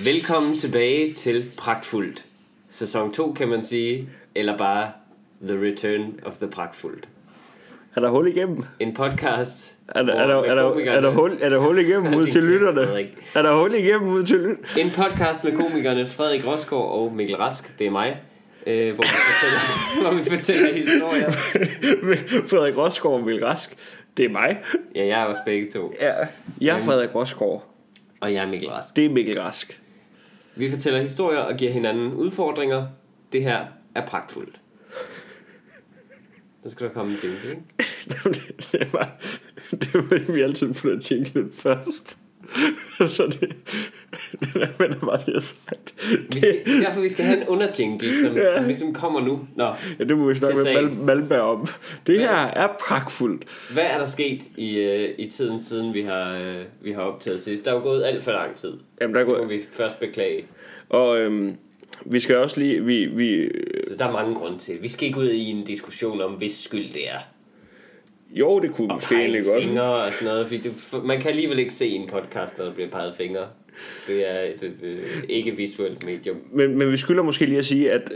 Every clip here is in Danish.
Velkommen tilbage til Pragtfuldt. Sæson 2 kan man sige, eller bare The Return of the Pragtfuldt. Er der hul igennem? En podcast. Er der hul igennem ud til lytterne? Er der hul igennem ud til lytterne? En podcast med komikerne Frederik Rosgaard og Mikkel Rask. Det er mig. Hvor vi fortæller historier. Frederik Rosgaard og Mikkel Rask. Det er mig. Ja, jeg er også begge to. Ja, jeg er Frederik Rosgaard. Og jeg er Mikkel Rask. Det er Mikkel Rask. Vi fortæller historier og giver hinanden udfordringer. Det her er pragtfuldt. Så skal der komme en jingle, ikke? Det var vi altid flytter jinglen først. Så det er bare det, jeg sagt. Derfor vi skal have en underjingle, som ligesom kommer nu. Nå, ja, det må vi snakke med Malmberg om. Det her er pragtfuldt. Hvad er der sket i tiden, siden vi har optaget sidst? Der er jo gået alt for lang tid. Jamen, der er gået. Det må vi først beklage. Og vi skal også lige Så der er mange grunde til. Vi skal ikke ud i en diskussion om, hvis skyld det er. Jo, det kunne måske egentlig godt. Fingre og sådan noget, fordi man kan alligevel ikke se en podcast, når der bliver peget fingre. Det er et ikke visuelt medium. Men vi skylder måske lige at sige, at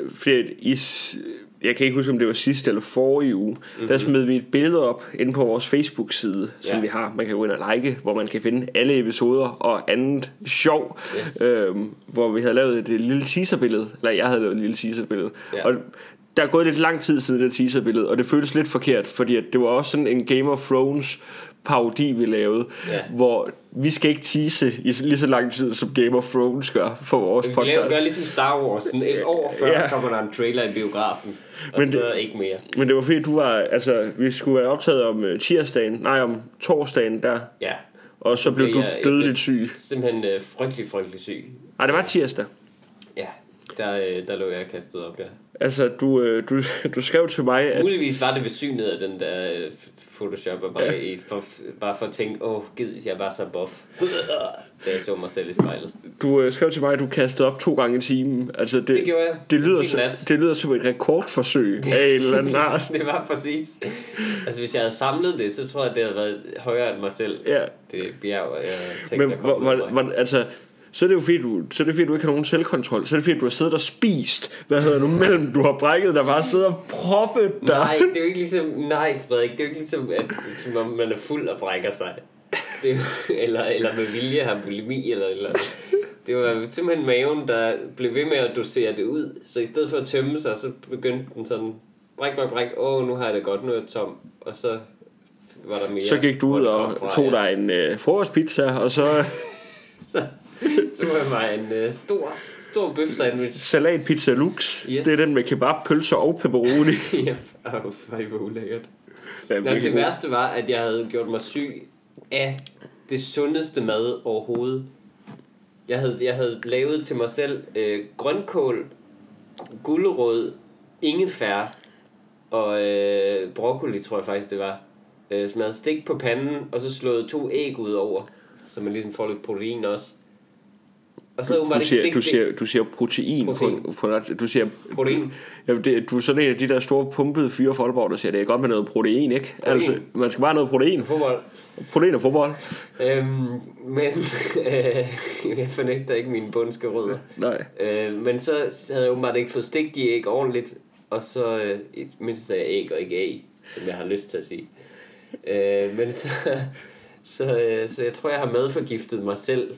jeg kan ikke huske, om det var sidste eller forrige uge, der smed vi et billede op inde på vores Facebook-side, som vi har. Man kan gå ind og like, hvor man kan finde alle episoder og andet sjov, hvor vi havde lavet et lille teaserbillede, eller jeg havde lavet et lille teaserbillede. Og der er gået lidt lang tid siden det teaserbillede, og det føles lidt forkert, fordi at det var også sådan en Game of Thrones parodi, vi lavede, hvor vi skal ikke tease i lige så lang tid, som Game of Thrones gør for vores podcast. Vi gør ligesom Star Wars, sådan et år før kommer der en trailer i biografen, og men så ikke mere. Men det var fordi, du var, altså, vi skulle være optaget om om torsdagen der, og så blev du dødeligt syg. Simpelthen frygtelig syg. Nej, det var tirsdag. Ja, der lå jeg kastet op, Altså, du skrev til mig, at muligvis var det ved synet af den der Photoshop og bare for at tænke, gid, jeg var så buff, da jeg så mig selv i spejlet. Du skrev til mig, at du kastede op 2 gange i timen. Altså, det gjorde jeg. Det lyder som et rekordforsøg af en eller anden art. Det var præcis. Altså, hvis jeg havde samlet det, så tror jeg, det havde været højere end mig selv. Ja. Det bjerg, jeg tænkte, men altså, så er det jo fordi du ikke har nogen selvkontrol. Så er det fordi du har siddet og spist. Mellem du har brækket der bare sidder og proppet der. Nej, det er jo ikke ligesom. Nej, Frederik, det er jo ikke ligesom at som om man er fuld og brækker sig. Det er, eller med vilje har bulimi eller. Det var simpelthen maven, der blev ved med at dosere det ud. Så i stedet for at tømme sig, så begyndte den sådan bræk. Nu har jeg det godt, nu er jeg tom. Og så var der mere. Så gik du ud og tog dig en frokostpizza, og så tog jeg mig en stor bøf sandwich. Salatpizza Lux. Yes. Det er den med kebab, pølser og pepperoni. Ja, hvor ulækkert. Det værste var, at jeg havde gjort mig syg af det sundeste mad overhovedet. Jeg havde lavet til mig selv grønkål, gulerod, ingefær og broccoli, tror jeg faktisk det var. Som jeg havde stik på panden, og så slået 2 æg ud over, så man ligesom får lidt protein også. Og så du siger protein. Du siger protein. Du er sådan en af de der store pumpede fyre fra Aalborg, der siger, det er godt med noget protein, ikke? Altså, man skal bare have noget protein. Fodbold. Protein og fodbold. Men jeg fornægter ikke mine bundske rødder. Nej. Men så havde jeg åbenbart ikke fået stegt de æg ordentligt, og så mindst sagde jeg æg og ikke æg, som jeg har lyst til at sige. Men så jeg tror, jeg har madforgiftet mig selv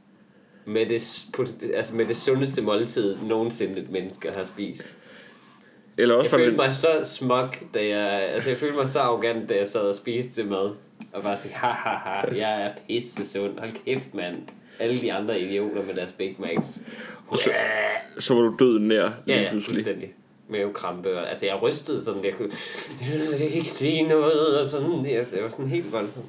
med det sundeste måltid nogensinde et menneske har spist. Eller også jeg følte mig så smuk, jeg følte mig så arrogant, da jeg sad og spiste det mad, og bare sagde, jeg er pisse sund, hold kæft mand, alle de andre idioter med deres Big Macs. Og så var du død nær lige pludselig. Fuldstændig. Mavekrampe, og altså jeg rystede sådan, jeg kunne ikke sige noget, og sådan, jeg var sådan helt voldsomt.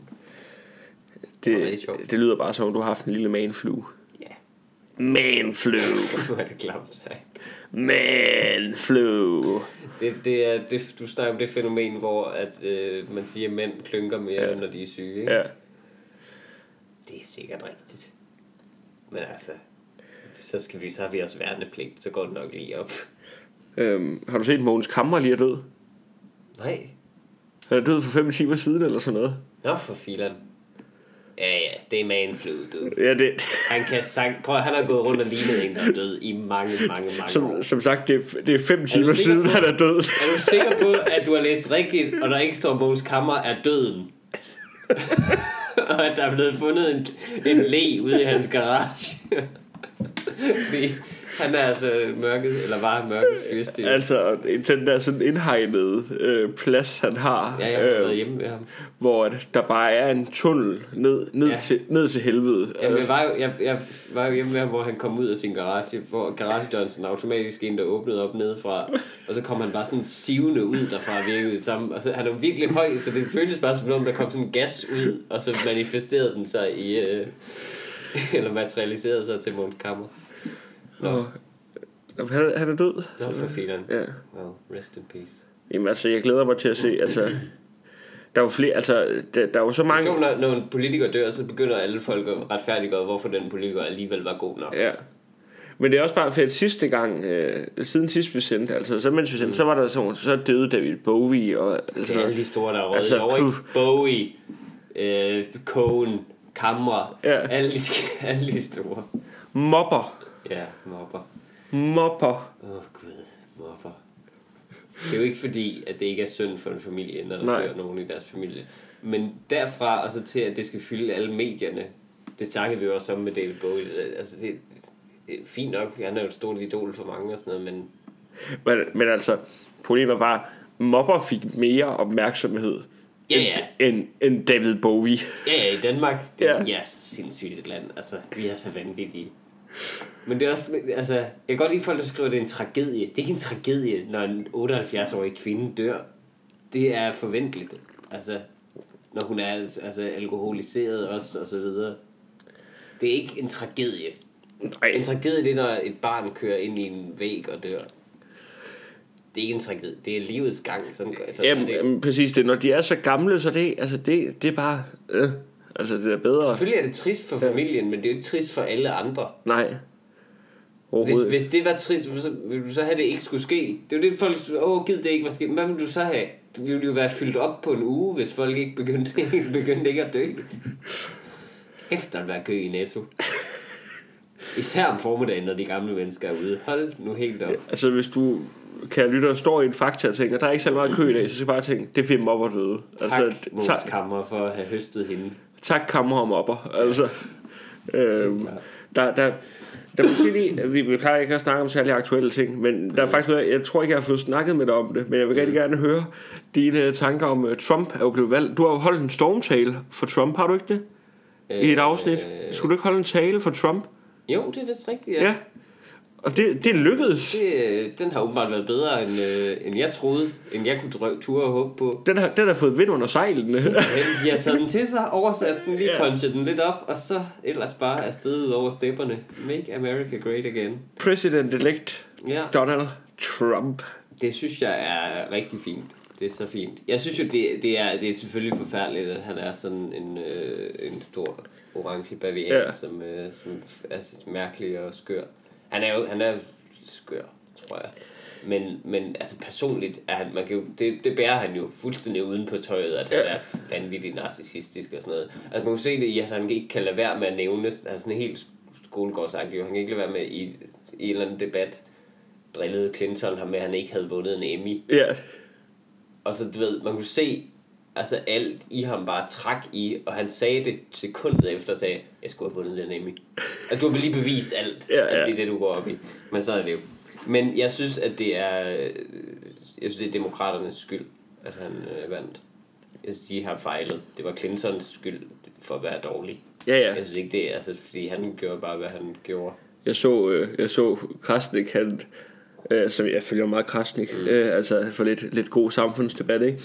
Det lyder bare som om du har haft en lille manflu. Manflu. Nu er det klamt sagt. Manflu. Du snakker om det fænomen, hvor at man siger, at mænd klynker mere, når de er syge, ikke? Ja. Det er sikkert rigtigt. Men altså, så har vi også værnepligt, så går det nok lige op. Har du set Mogens Kammer lige er død? Nej. Han er død for 5 timer siden eller sådan noget. Nå, for filan. Ja, det er manflu, du. Ja, det... Han har gået rundt og lignet en, der er død i mange år. Som sagt, det er 5 timer siden, han er død. Er du sikker på, at du har læst rigtigt, og der ikke står, Mogens Camre er døden? Og at der er blevet fundet en le ude i hans garage? Han er altså var mørket fyrste. Altså, den der sådan indhegnede plads, han har. Ja, jeg har været hjemme med ham. Hvor der bare er en tunnel ned til helvede. Jamen, jeg var jo hjemme med ham, hvor han kom ud af sin garage, hvor garagedøren sådan automatisk en, der åbnede op nedefra. Og så kom han bare sådan sivende ud derfra, virkede sammen. Og så han er virkelig høj, så det føltes bare som om, der kom sådan gas ud, og så manifesterede den sig i... eller materialiserede sig til Mogens Camre. Han er død. Nå, for filen. Ja. Well, rest in peace. Jamen altså, jeg glæder mig til at se, altså... Der er jo flere, altså... Der er jo så mange... Når en politiker dør, så begynder alle folk at retfærdiggøre, hvorfor den politiker alligevel var god nok. Ja. Men det er også bare for sidste gang, siden sidst vi sendte, altså så mens vi sendte, så var der sådan, så døde David Bowie og... Altså, det er alle de store, der er røget over, ikke? Bowie, Cohen, Camre, ja. alle de store. Mopper. Ja, mopper. Gud, mopper. Det er jo ikke fordi, at det ikke er synd for en familie, når der dør nogen i deres familie. Men derfra og så til, at det skal fylde alle medierne, det snakkede vi jo også om med David Bowie. Altså, det er fint nok, han er jo et stort idol for mange og sådan noget, men altså, problemet var bare, mopper fik mere opmærksomhed end David Bowie. Ja, i Danmark, det er sindssygt et land. Altså, vi er så vanvittige. Men det er også, altså, jeg kan godt lide folk, der skriver, at det er en tragedie. Det er ikke en tragedie, når en 78-årig kvinde dør. Det er forventeligt. Altså, når hun er alkoholiseret også, og så videre. Det er ikke en tragedie. Nej. En tragedie, det er, når et barn kører ind i en væg og dør. Det er ikke en tragedie. Det er livets gang. Jamen, præcis det. Når de er så gamle, så det er bare... Altså, det er bedre. Selvfølgelig er det trist for familien, men det er jo ikke trist for alle andre. Nej. Hvis det var trist, så ville du så have, det ikke skulle ske. Det er jo det, folk gider det ikke var sket. Hvad vil du så have? Du ville jo være fyldt op på en uge, hvis folk ikke begyndte ikke at dø. Efter at være kø i Netto. Især om formiddagen, når de gamle mennesker er ude. Hold nu helt op. Altså, hvis du, kære lytter, står i en fakta og tænker, der er ikke så meget kø i dag, så skal bare tænke, det er 5 mopper døde. Tak, Mogens Camre, for at have høstet hende. Tak, Camre og mopper. Altså, der måske lige, vi plejer ikke at snakke om særlig aktuelle ting, men der er faktisk noget, jeg tror ikke, jeg har fået snakket med dig om det, men jeg vil rigtig gerne høre dine tanker om, Trump er jo blevet valgt. Du har jo holdt en stormtale for Trump, har du ikke det? I et afsnit. Skulle du ikke holde en tale for Trump? Jo, det er vist rigtigt, ja. Og det lykkedes. Den har åbenbart været bedre, end jeg troede, end jeg kunne ture og håbe på. Den har fået vind under sejlene. De har taget den til sig, oversat den, lige punchet den lidt op, og så ellers bare afsted ud over stepperne. Make America Great Again. President-elect Donald Trump. Det synes jeg er rigtig fint. Det er så fint. Jeg synes jo, det er selvfølgelig forfærdeligt, at han er sådan en stor orange bavian, som er mærkelig og skør. Han er skør, tror jeg. Men altså personligt er han, det bærer han jo fuldstændig uden på tøjet, at han er vanvittigt narcissistisk og sådan noget. Altså man kan se det i, at han ikke kan lade være med at nævne, altså sådan helt skolegårdsagtigt, han kan ikke lade være med i en eller anden debat, drillede Clinton ham med, at han ikke havde vundet en Emmy. Ja. Og så du ved, man kunne se, altså alt i ham bare trak i, og han sagde det sekundet efter, sagde, jeg skulle have vundet den Emmy. At du har lige bevist alt, at det er det, du går op i. Men så er det jo. Men jeg synes, at det er demokraternes skyld, at han vandt. Jeg synes, de har fejlet. Det var Clintons skyld for at være dårlig. Ja. Jeg synes ikke det, altså, fordi han gjorde bare, hvad han gjorde. Jeg så Krasnik, han... som jeg følger meget Krasnik, altså for lidt god samfundsdebat, ikke?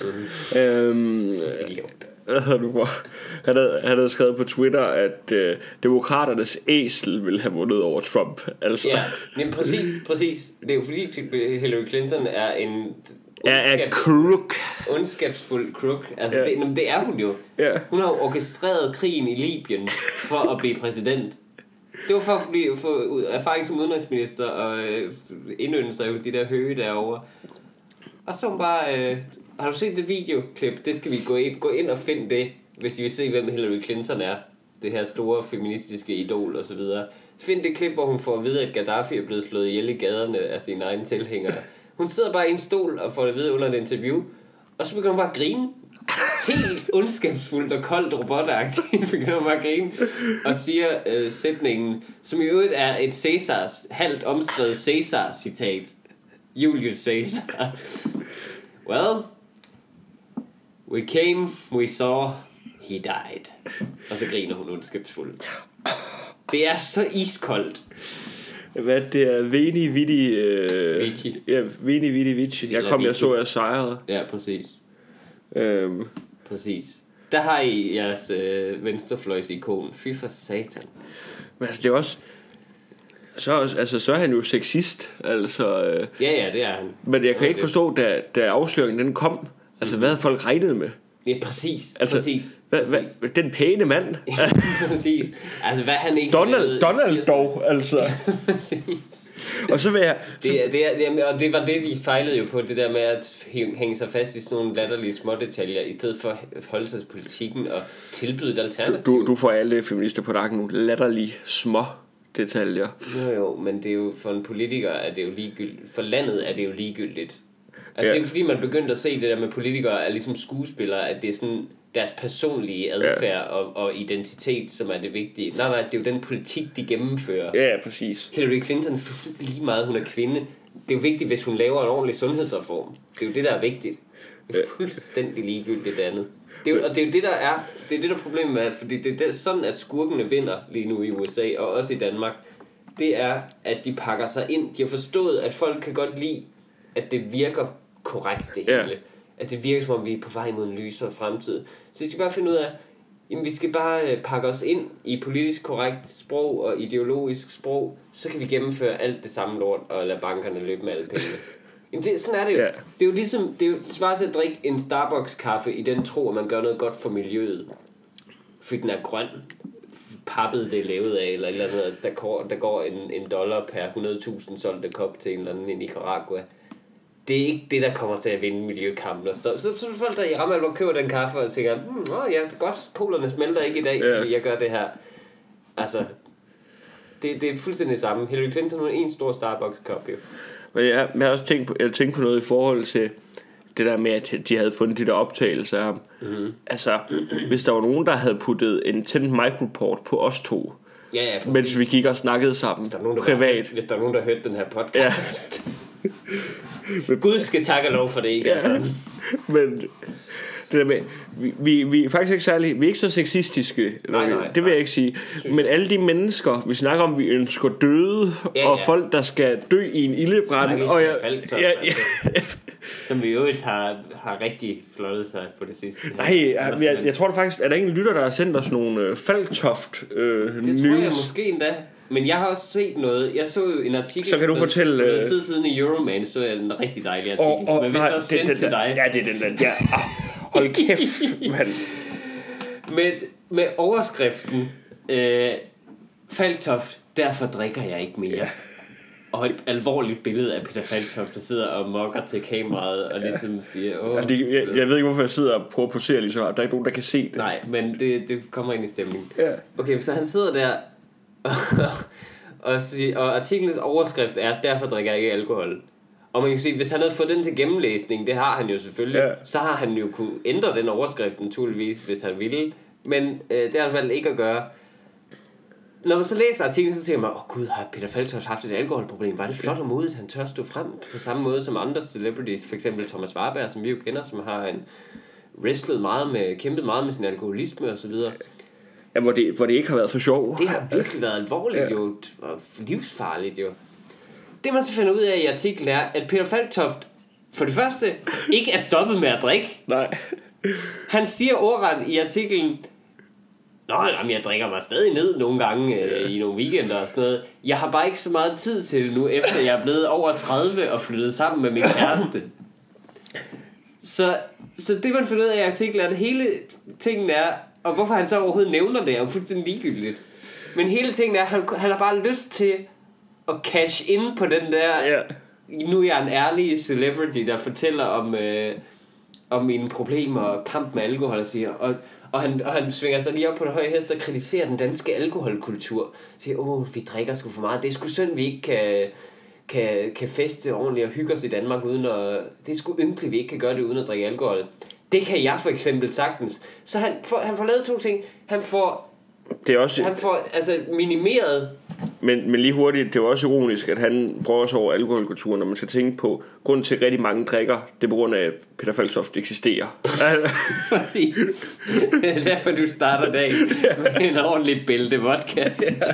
Han havde skrevet på Twitter, at demokraternes æsel ville have vundet over Trump. Altså. Ja, men præcis. Det er jo fordi Hillary Clinton er en ondskabsfuld crook. Altså det er hun jo. Hun har jo orkestreret krigen i Libyen for at blive præsident. Det var for at få erfaring som udenrigsminister og indønde sig jo de der høje derovre. Og så bare... har du set det videoklip? Det skal vi gå ind og finde det, hvis I vil se, hvem Hillary Clinton er. det her store feministiske idol og så videre. Så find det klip, hvor hun får at vide, at Gaddafi er blevet slået ihjel i gaderne af sine egne tilhængere. Hun sidder bare i en stol og får det at vide under et interview, og så begynder hun bare at grine. Helt ondskabsfuldt og koldt robotagtigt begynder hun bare at grine og siger sætningen, som i øvrigt er et halvt omskrevet Caesar-citat. Julius Caesar. Well, we came, we saw, he died. Og så griner hun ondskabsfuldt. Det er så iskoldt. Hvad det er? Veni Vidi Vici. Ja, Veni Vidi Vici. Jeg så sejrede. Ja, præcis. Præcis. Der har I jeres venstrefløjs ikon. Fy for satan. Men altså det er også så er han jo sexist. Altså ja, det er han. Men jeg kan ikke forstå, da afsløringen den kom. Altså hvad havde folk regnet med? Ja, præcis. Altså, præcis. Den pæne mand. Præcis. Altså hvad han ikke Donald dog, altså. Præcis. Og så vil jeg og det var det de fejlede jo på, det der med at hænge sig fast i sådan nogle latterlige små detaljer i stedet for at holde sig til politikken og tilbyde et alternativ. Du får alle feminister på nakken nogle latterlige små detaljer. Jo, men det er jo for en politiker er det jo ligegyldigt. For landet er det jo ligegyldigt. Altså det er jo fordi man begyndte at se det der med politikere er ligesom skuespillere, at det er sådan deres personlige adfærd og identitet, som er det vigtige. Nej, det er jo den politik, de gennemfører. Ja, præcis. Hillary Clinton er lige meget, hun er kvinde. Det er jo vigtigt, hvis hun laver en ordentlig sundhedsreform. Det er jo det, der er vigtigt. Det er fuldstændig ligegyldigt det andet. Og det er jo det, der er. Det er det, der er problemet med, fordi det er sådan, at skurkene vinder lige nu i USA, og også i Danmark. Det er, at de pakker sig ind. De har forstået, at folk kan godt lide, at det virker korrekt det hele. At det virker som om vi er på vej mod en lysere fremtid. Så vi skal bare finde ud af, jamen vi skal bare pakke os ind i politisk korrekt sprog og ideologisk sprog, så kan vi gennemføre alt det samme lort og lade bankerne løbe med alle pengene. Jamen sådan er det jo. Det er jo ligesom, det er jo svaret til at drikke en Starbucks kaffe i den tro, at man gør noget godt for miljøet. Fordi den er grøn. Pappet det er lavet af, eller et eller andet, der går $1 per 100.000 solgte kop til en eller anden i Nicaragua. Det er ikke det, der kommer til at vinde miljøkampen. Så er folk, der i ramme alvor køber den kaffe og tænker, ja, det er godt, polerne smelter ikke i dag, fordi jeg gør det her. Altså, det er fuldstændig samme. Hillary Clinton var en stor Starbucks-kop, jo. Men jeg har også tænkt på noget i forhold til det der med, at de havde fundet de der optagelser af ham. Mm-hmm. Altså, hvis der var nogen, der havde puttet en tændt microport på os to, mens vi gik og snakkede sammen privat. Hvis der er nogen, der hørte den her podcast. Men Gud skal takke og lov for det, ikke? Altså. Men det der med, vi er faktisk ikke særlig, vi er ikke så sexistiske, det vil jeg ikke sige. Men alle de mennesker, vi snakker om, vi ønsker døde, og folk, der skal dø i en ildebrand, og som vi jo ikke har rigtig flottet sig på det sidste. Nej, jeg tror da faktisk, er der ingen lytter, der har sendt os nogle Falktoft news? Det tror jeg måske endda. Men jeg har også set noget. Jeg så jo en artikel så kan du fortælle for noget tid siden i Euroman, så er en rigtig dejlig artikel, men hvis der er sendt til dig. Ja, det er den. Ja. Hold kæft, mand. Med overskriften Falktoft, derfor drikker jeg ikke mere. Ja. Og et alvorligt billede af Peter Falktoft, der sidder og mokker til kameraet og ligesom siger... Jeg ved ikke, hvorfor jeg sidder og prøver at posere lige så. Der er ikke nogen, der kan se det. Nej, men det kommer ind i stemningen. Ja. Okay, så han sidder der og artiklens overskrift er, derfor drikker jeg ikke alkohol. Og man kan sige, hvis han havde fået den til gennemlæsning, det har han jo selvfølgelig, så har han jo kunne ændre den overskrift naturligvis, hvis han ville. Men det har han valgt ikke at gøre. Når man så læser artiklen, så tænker man, gud, har Peter Falktoft haft et alkoholproblem? Var det flot og modigt, han tør stå frem på samme måde som andre celebrities? For eksempel Thomas Warberg, som vi jo kender, som har kæmpet meget med sin alkoholisme og så videre. Ja, hvor det ikke har været for sjov. Det har virkelig været alvorligt jo, og livsfarligt jo. Det man så finder ud af i artiklen er, at Peter Falktoft for det første ikke er stoppet med at drikke. Nej. Han siger ordret i artiklen, jamen, jeg drikker mig stadig ned nogle gange i nogle weekender og sådan noget. Jeg har bare ikke så meget tid til det nu, efter jeg er blevet over 30 og flyttet sammen med min kæreste. Så det man finder ud af i artiklen er, at hele tingen er, og hvorfor han så overhovedet nævner det, er jo fuldstændig ligegyldigt. Men hele tingen er, at han har bare lyst til at cash ind på den der... Nu er jeg en ærlig celebrity, der fortæller om mine problemer og kamp med alkohol og siger... Og han svinger sig lige op på den høje hest og kritiserer den danske alkoholkultur. Siger, vi drikker sgu for meget. Det er sgu synd, vi ikke kan feste ordentligt og hygge os i Danmark uden at... Det er sgu ynkeligt, vi ikke kan gøre det uden at drikke alkohol. Det kan jeg for eksempel sagtens. Så han får lavet 2 ting. Han får altså minimeret. Men lige hurtigt, det er jo også ironisk, at han prøver sig over alkoholkulturen, når man skal tænke på, grund til at rigtig mange drikker, det er på grund af, at Peter Falktoft eksisterer. Præcis. Det er derfor, du starter dagen med en ordentlig bælte vodka.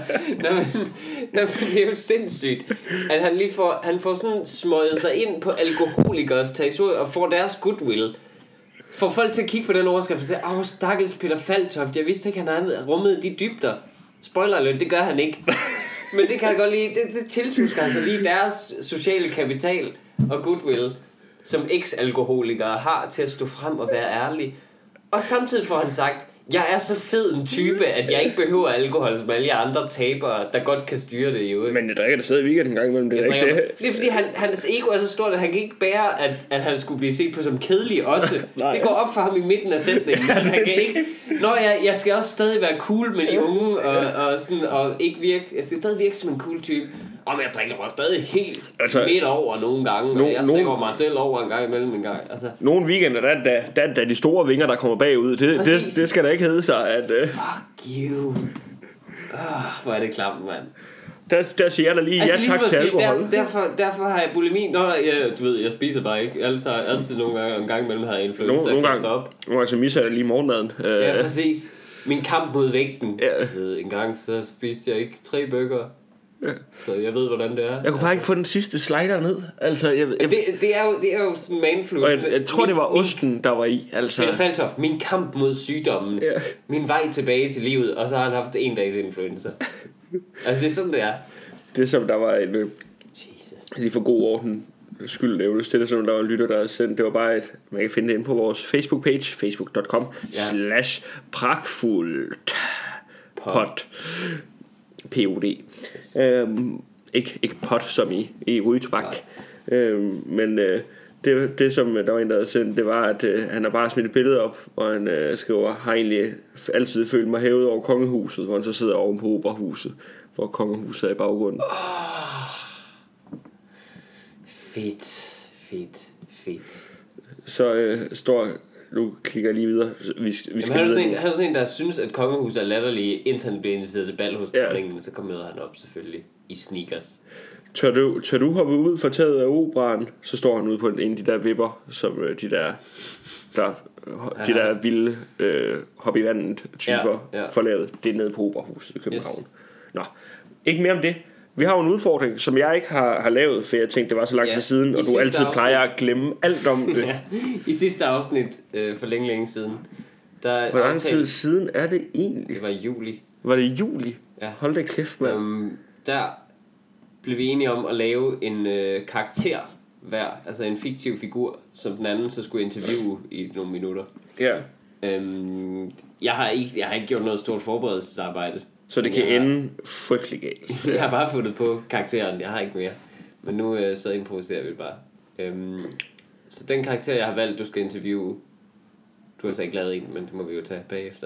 Det er jo sindssygt, at han får sådan smøget sig ind på alkoholikers territorium og får deres goodwill. Får folk til at kigge på den overskrift og sige, stakkels Peter Falktoft, jeg vidste ikke, han havde rummet de dybder. Spoiler alert, det gør han ikke. Men det kan jeg godt lide. Det tiltusker altså lige deres sociale kapital og goodwill, som eks-alkoholikere har til at stå frem og være ærlig. Og samtidig får han sagt, jeg er så fed en type, at jeg ikke behøver alkohol som alle andre tabere, der godt kan styre det jo. Men jeg drikker det stadig i weekenden en gang imellem. Det er fordi hans ego er så stort, at han kan ikke bære, at han skulle blive set på som kedelig også. Det går op for ham i midten af sætningen. Han kan ikke. Jeg skal også stadig være cool med de unge og ikke virke. Jeg skal stadig virke som en cool type. Og jeg drikker mig stadig helt midt over nogle gange, og jeg sækker mig selv over en gang imellem en gang. Altså. Nogle weekender, der er de store vinger, der kommer bagud. Det skal da ikke hedde sig, at... Fuck you. Hvor er det klamt, mand. Der siger jeg da lige, ja tak til alkohol. Derfor har jeg bulimi. Du ved, jeg spiser bare ikke. Altid nogle gange, en gang imellem har jeg influenza. Nogle gange misser jeg lige morgenmaden. Ja, præcis. Min kamp mod vægten. En gang så spiste jeg ikke 3 burger. Ja. Så jeg ved, hvordan det er. Jeg kunne bare ikke få den sidste slider ned. Altså, det er jo sådan manflu. Jeg tror, det var osten, der var i. Altså. Peter Falktoft, min kamp mod sygdommen. Ja. Min vej tilbage til livet. Og så har han haft 1 dags influenza. Altså, det er sådan, det er. Det som der var en... lige for god orden skyld nævnes. Det som der var en lytter, der sendt. Det var bare et... Man kan finde det inde på vores Facebook-page. Facebook.com/pragtfuldt pod. POD. Ikke pot som i rygetobak. Men det som der var en der havde sendt, det var at han har bare smidt et billede op, og han skriver, har egentlig altid følt mig hævet over kongehuset, hvor han så sidder oven på operahuset, hvor kongehuset er i baggrunden. Fedt. Så står... Nu klikker jeg lige videre. Vi skal har du sådan en, der synes, at kongehuset er latterlig, indtil han bliver inviteret til bal hos dronningen, så kommer han op selvfølgelig i sneakers. Tør du hoppe ud fra taget af operaen, så står han ude på en af de der vipper, som de der vilde hop i vandet typer får lavet. Det er nede på operahuset i København. Yes. Nå, ikke mere om det. Vi har jo en udfordring, som jeg ikke har lavet, for jeg tænkte, det var så lang tid siden, og du altid plejer at glemme alt om det. I sidste afsnit, for længe siden. Hvor lang tid siden er det egentlig? Det var i juli. Var det i juli? Ja. Hold da kæft, mand. Der blev vi enige om at lave en karakter hver, altså en fiktiv figur, som den anden så skulle interviewe i nogle minutter. Ja. Jeg har ikke gjort noget stort forberedelsesarbejde. Så det kan ende frygtelig galt. Jeg har bare fundet på karakteren, jeg har ikke mere. Men nu så improviserer vi bare. Så den karakter, jeg har valgt, du skal interviewe, du har så ikke lavet en, men det må vi jo tage bagefter.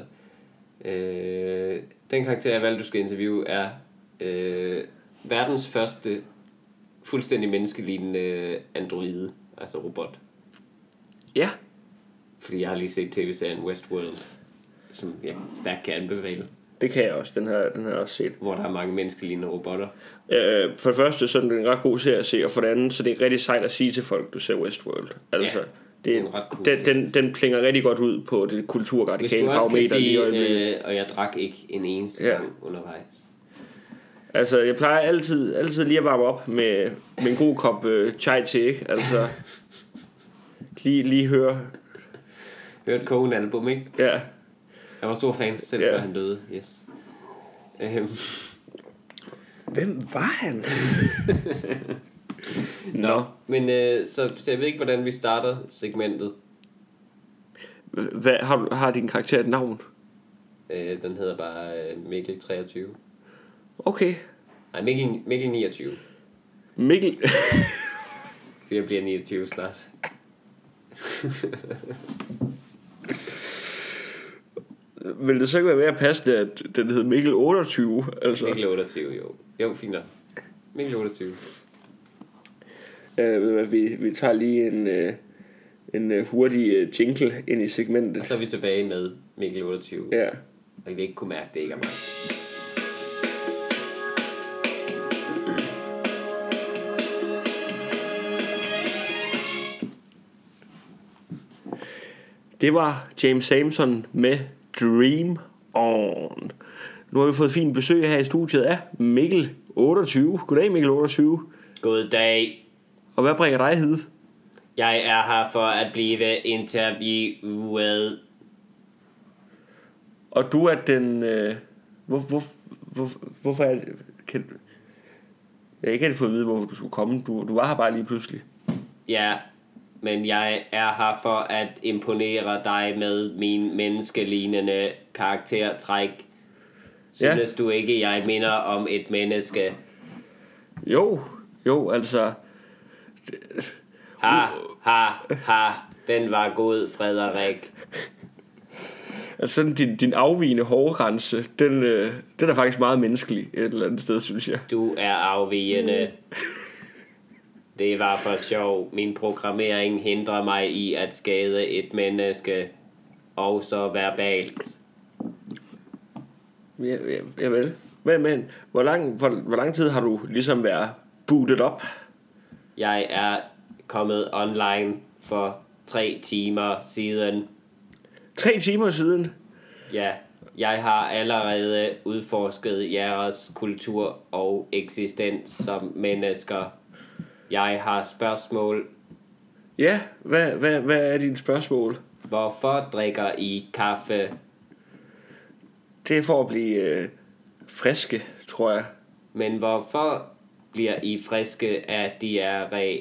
Den karakter, jeg har valgt, du skal interviewe, er verdens første fuldstændig menneskelignende androide, altså robot. Ja. Fordi jeg har lige set tv-serien Westworld, som jeg stærkt kan anbefale. Det kan jeg også, den har jeg også set. Hvor der er mange menneskelignende robotter. For det første, så er det en ret god serie at se, og for det andet, så det er rigtig sejt at sige til folk, du ser Westworld. Altså, det er en ret cool den plinger rigtig godt ud på det kulturradikale barometer i øjeblikket. Og jeg drak ikke en eneste gang undervejs. Altså, jeg plejer altid lige at varme op med en god kop chai te, ikke? Altså, lige høre et Cohen-album, ikke? Ja. Jeg var stor fan, selv før han døde. Yes. Hvem var han? Nå. Men så jeg ved ikke, hvordan vi starter segmentet. Har din karakter et navn? Den hedder bare Mikkel 23. Okay. Nej, Mikkel 29. Mikkel? For jeg bliver 29 snart. vil det så ikke være mere passende, at den hed Mikkel 28? Altså? Mikkel 28, jo. Jo, fint nok. Mikkel 28. Vi tager lige en hurtig jingle ind i segmentet. Og så er vi tilbage med Mikkel 28. Ja. Og I vil ikke kunne mærke, det ikke er mig. Det var James Sampson med Dream On. Nu har vi fået fint besøg her i studiet af Mikkel 28. Goddag Mikkel 28. Goddag. Og hvad bringer dig hid? Jeg er her for at blive interviewet. Og du er den... hvorfor er det... Jeg ikke rigtig fået at vide, hvorfor du skulle komme. Du var her bare lige pludselig. Ja, men jeg er her for at imponere dig med min menneskelignende karaktertræk. Synes du ikke, jeg minder om et menneske? Jo, altså... Ha, den var god, Frederik. Altså din afvigende hårgrænse, den er faktisk meget menneskelig et eller andet sted, synes jeg. Du er afvigende. Det var for sjov. Min programmering hindrer mig i at skade et menneske. Også verbalt. Ja vel. Men hvor lang tid har du ligesom været bootet op? Jeg er kommet online for 3 timer siden. 3 timer siden? Ja, jeg har allerede udforsket jeres kultur og eksistens som mennesker. Jeg har spørgsmål. Ja, hvad er dine spørgsmål? Hvorfor drikker I kaffe? Det er for at blive friske, tror jeg. Men hvorfor bliver I friske af diarré?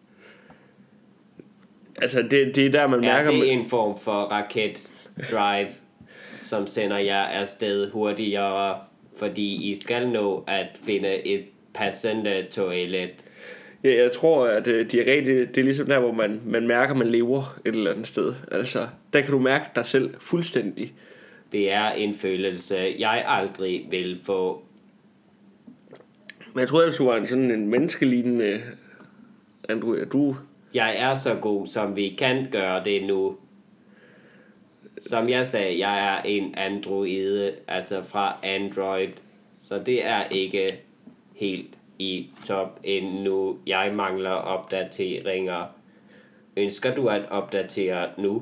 Altså, det er der, man mærker... Er det en form for raketdrive, som sender jer afsted hurtigere, fordi I skal nå at finde et passende toilet? Ja, jeg tror, at diarré, det er ligesom der, hvor man mærker, man lever et eller andet sted. Altså, der kan du mærke dig selv fuldstændig. Det er en følelse, jeg aldrig vil få. Men jeg tror, at du var sådan en menneskelignende android. Jeg er så god, som vi kan gøre det nu. Som jeg sagde, jeg er en androide, altså fra Android. Så det er ikke helt i top endnu. Jeg mangler opdateringer. Ønsker du at opdatere nu?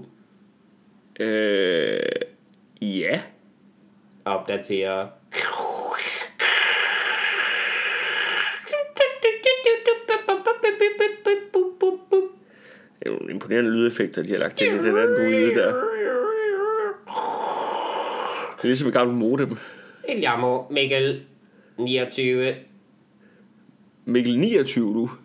Ja. Opdatere. Det er jo imponerende lydeffekter, de har lagt ind i den androide der. Det er ligesom et gammelt modem. Jammer, Mikkel 29. Mikkel 29, du?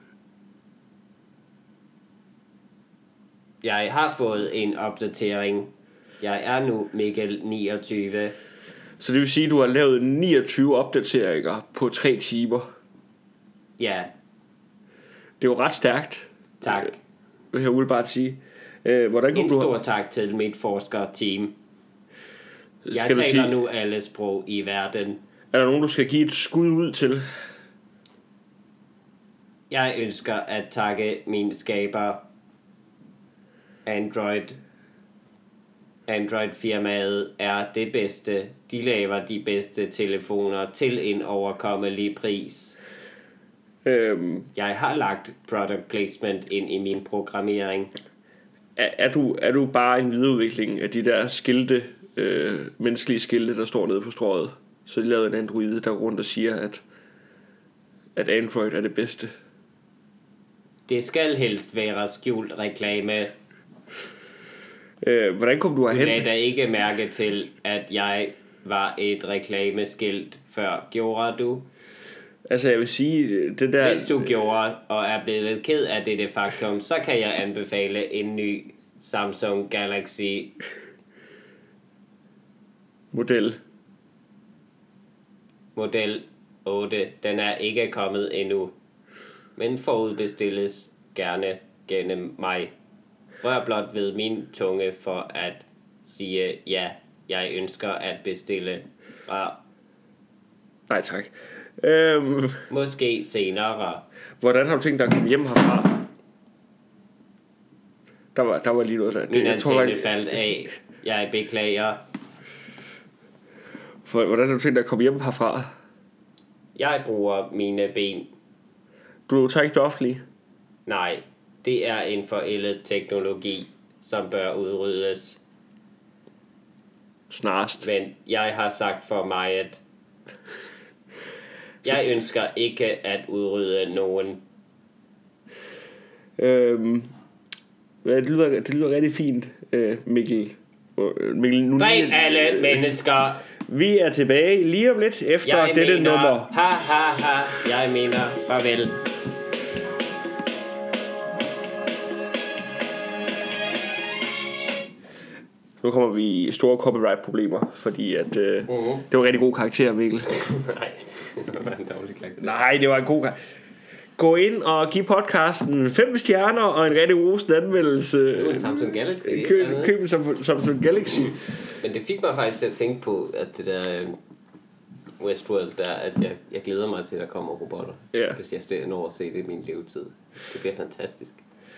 Jeg har fået en opdatering. Jeg er nu Mikkel 29. Så det vil sige, at du har lavet 29 opdateringer på 3 timer? Ja. Det er jo ret stærkt. Tak. Vil jeg umiddelbart sige. Hvordan en stor tak til mit forskerteam. Jeg taler nu alle sprog i verden. Er der nogen, du skal give et skud ud til? Jeg ønsker at takke min skaber Android-firmaet er det bedste. De laver de bedste telefoner til en overkommelig pris. Jeg har lagt product placement ind i min programmering. Er du bare en videreudvikling af de der skilte, menneskelige skilte, der står nede på strøget? Så de lavede en android, der går rundt og siger, at Android er det bedste. Det skal helst være skjult reklame. Hvordan kom du herhen? Du lagde da ikke mærke til, at jeg var et reklameskilt før, gjorde du? Altså jeg vil sige, det der... Hvis du gjorde, og er blevet ked af det faktum, så kan jeg anbefale en ny Samsung Galaxy Model 8. Den er ikke kommet endnu, men forudbestilles gerne gennem mig. Rør blot ved min tunge for at sige ja. Jeg ønsker at bestille. Nej tak. Måske senere. Hvordan har du tænkt dig at komme hjem herfra? Der var lige noget der. Min antenne faldt af. Jeg beklager. Hvordan har du tænkt dig at komme hjem herfra? Jeg bruger mine ben. Du tager ikke det offentlige? Nej, det er en forældet teknologi, som bør udryddes. Snarest. Men jeg har sagt for mig, at jeg ønsker ikke at udrydde nogen. Det lyder rigtig fint, Mikkel. Dræb alle mennesker. Vi er tilbage lige om lidt efter dette nummer. Jeg mener farvel. Nu kommer vi i store copyright-problemer, fordi at, det var rigtig god karakter, Mikkel. Nej, det var en dårlig karakter. Nej, det var en god karakter. Gå ind og giv podcasten 5 stjerner og en rigtig rosende anmeldelse. Samsung Galaxy. Køb en Samsung Galaxy. Men det fik mig faktisk til at tænke på, at det der Westworld, der, at jeg glæder mig til, at der kommer robotter. Ja. Hvis jeg når at se det i min levetid. Det bliver fantastisk.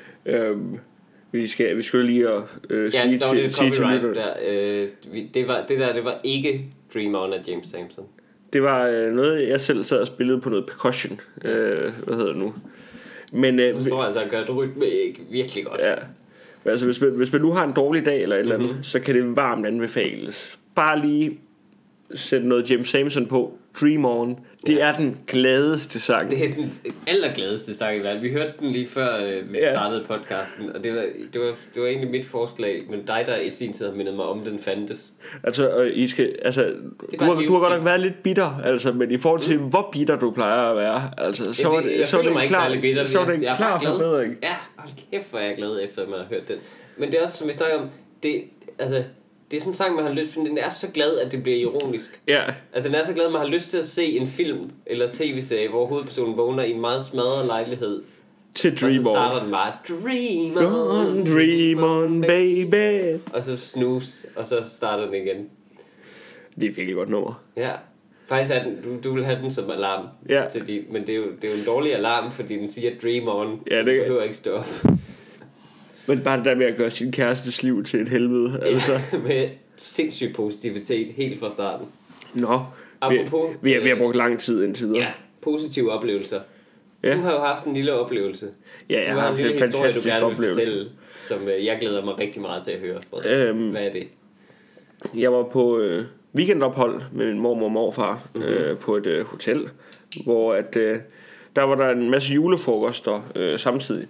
Vi skulle lige at sige til lytterne. Det var ikke Dream On af James Sampson. Det var noget, jeg selv sad og spillede på noget percussion. Hvad hedder det nu? Men forstår altså at gøre det rytme ikke virkelig godt. Ja. Altså hvis man nu har en dårlig dag eller et eller andet, så kan det varmt anbefales. Bare lige sætte noget James Sampson på. Dream On. Det er den gladeste sang. Det er den allergladeste sang i verden. Vi hørte den lige før vi startede podcasten, og det var egentlig mit forslag, men dig der i sin tid har mindet mig om den fandtes. Altså, du har godt nok været lidt bitter, altså, men i forhold til hvor bitter du plejer at være, altså, så var det en klar forbedring. Ja, hold kæft, hvor er jeg glad efter at man har hørt den. Men det er også, som vi snakker om, det er sådan en sang, man har lyst til, den er så glad, at det bliver ironisk. Ja. Altså, den er så glad, at man har lyst til at se en film eller tv-serie, hvor hovedpersonen vågner i en meget smadret lejlighed. Til Dream On. Og så starter den bare, Dream On, Dream On, baby. Og så snooze, og så starter den igen. Det er et virkelig godt nummer. Ja. Faktisk er den, du vil have den som alarm. Ja. Men det er jo en dårlig alarm, fordi den siger Dream On. Ja, det behøver ikke stå op. Men bare det der med at gøre sin kærestes liv til et helvede. Altså. Ja, med sindssyg positivitet helt fra starten. Nå, apropos, vi har brugt lang tid indtil videre. Ja, positive oplevelser. Ja. Du har jo haft en lille oplevelse. Ja, jeg har haft en fantastisk oplevelse. Fortælle, som jeg glæder mig rigtig meget til at høre. Hvad er det? Jeg var på weekendophold med min mormor og morfar på et hotel, hvor at, der var der en masse julefrokoster samtidig.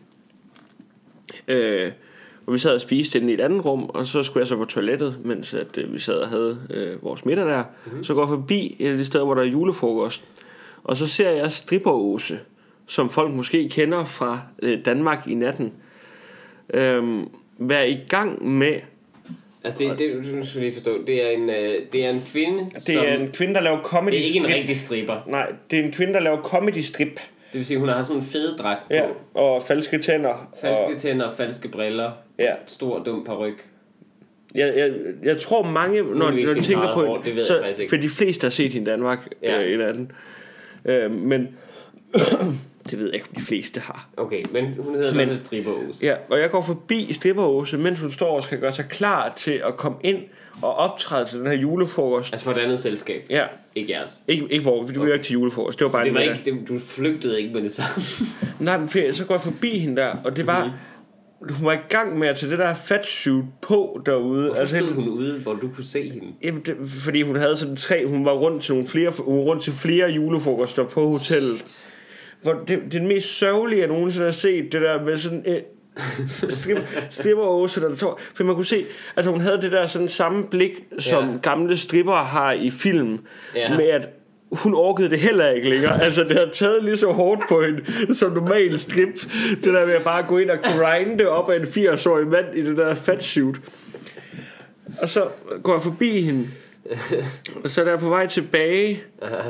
Og vi sad og spiste inde i et andet rum, og så skulle jeg så på toilettet, mens at, vi sad og havde vores middag der. Så går jeg forbi et af de steder, hvor der er julefrokost, og så ser jeg stripperåse, som folk måske kender fra Danmark i natten, være i gang med. Altså du skal lige forstå, det er en kvinde. Det er en kvinde, der laver comedy strip. Det er ikke en rigtig stripper. Nej, det er en kvinde, der laver comedy strip. Det vil sige, hun har sådan en fed dragt på. Ja, og falske tænder. Tænder, falske briller. Ja. Stor, dum paryk. Jeg tror mange, når de tænker på det, så, for de fleste har set hende i Danmark i natten. Men det ved jeg ikke, om de fleste har. Okay, men hun hedder i hvert fald Stripperåse. Ja, og jeg går forbi Stripperåse, mens hun står og skal gøre sig klar til at komme ind og optræde til den her julefrokost. Altså for et andet selskab? Ja. Ikke jeres? Ikke hvor, vi var ikke til julefrokost. Det var bare det var ikke, du flygtede ikke med det samme? Nej, men så går jeg forbi hende der, og det var... Hun var i gang med at tage det der fatsuit på derude. Hvorfor stod hun ude, hvor du kunne se hende? Jamen, fordi hun havde sådan 3... Hun var rundt til flere julefrokoster på hotellet. Det er den mest sørgelige, jeg nogensinde har set. Det der med sådan... stripperåse, der tog. For man kunne se, altså hun havde det der sådan samme blik, som gamle stripper har i film, med at hun orkede det heller ikke længere. Altså det havde taget lige så hårdt på hende som normal strip. Det der med at bare gå ind og grinde op af en 80-årig mand i det der fatsuit. Og så går jeg forbi hende, og så er der på vej tilbage.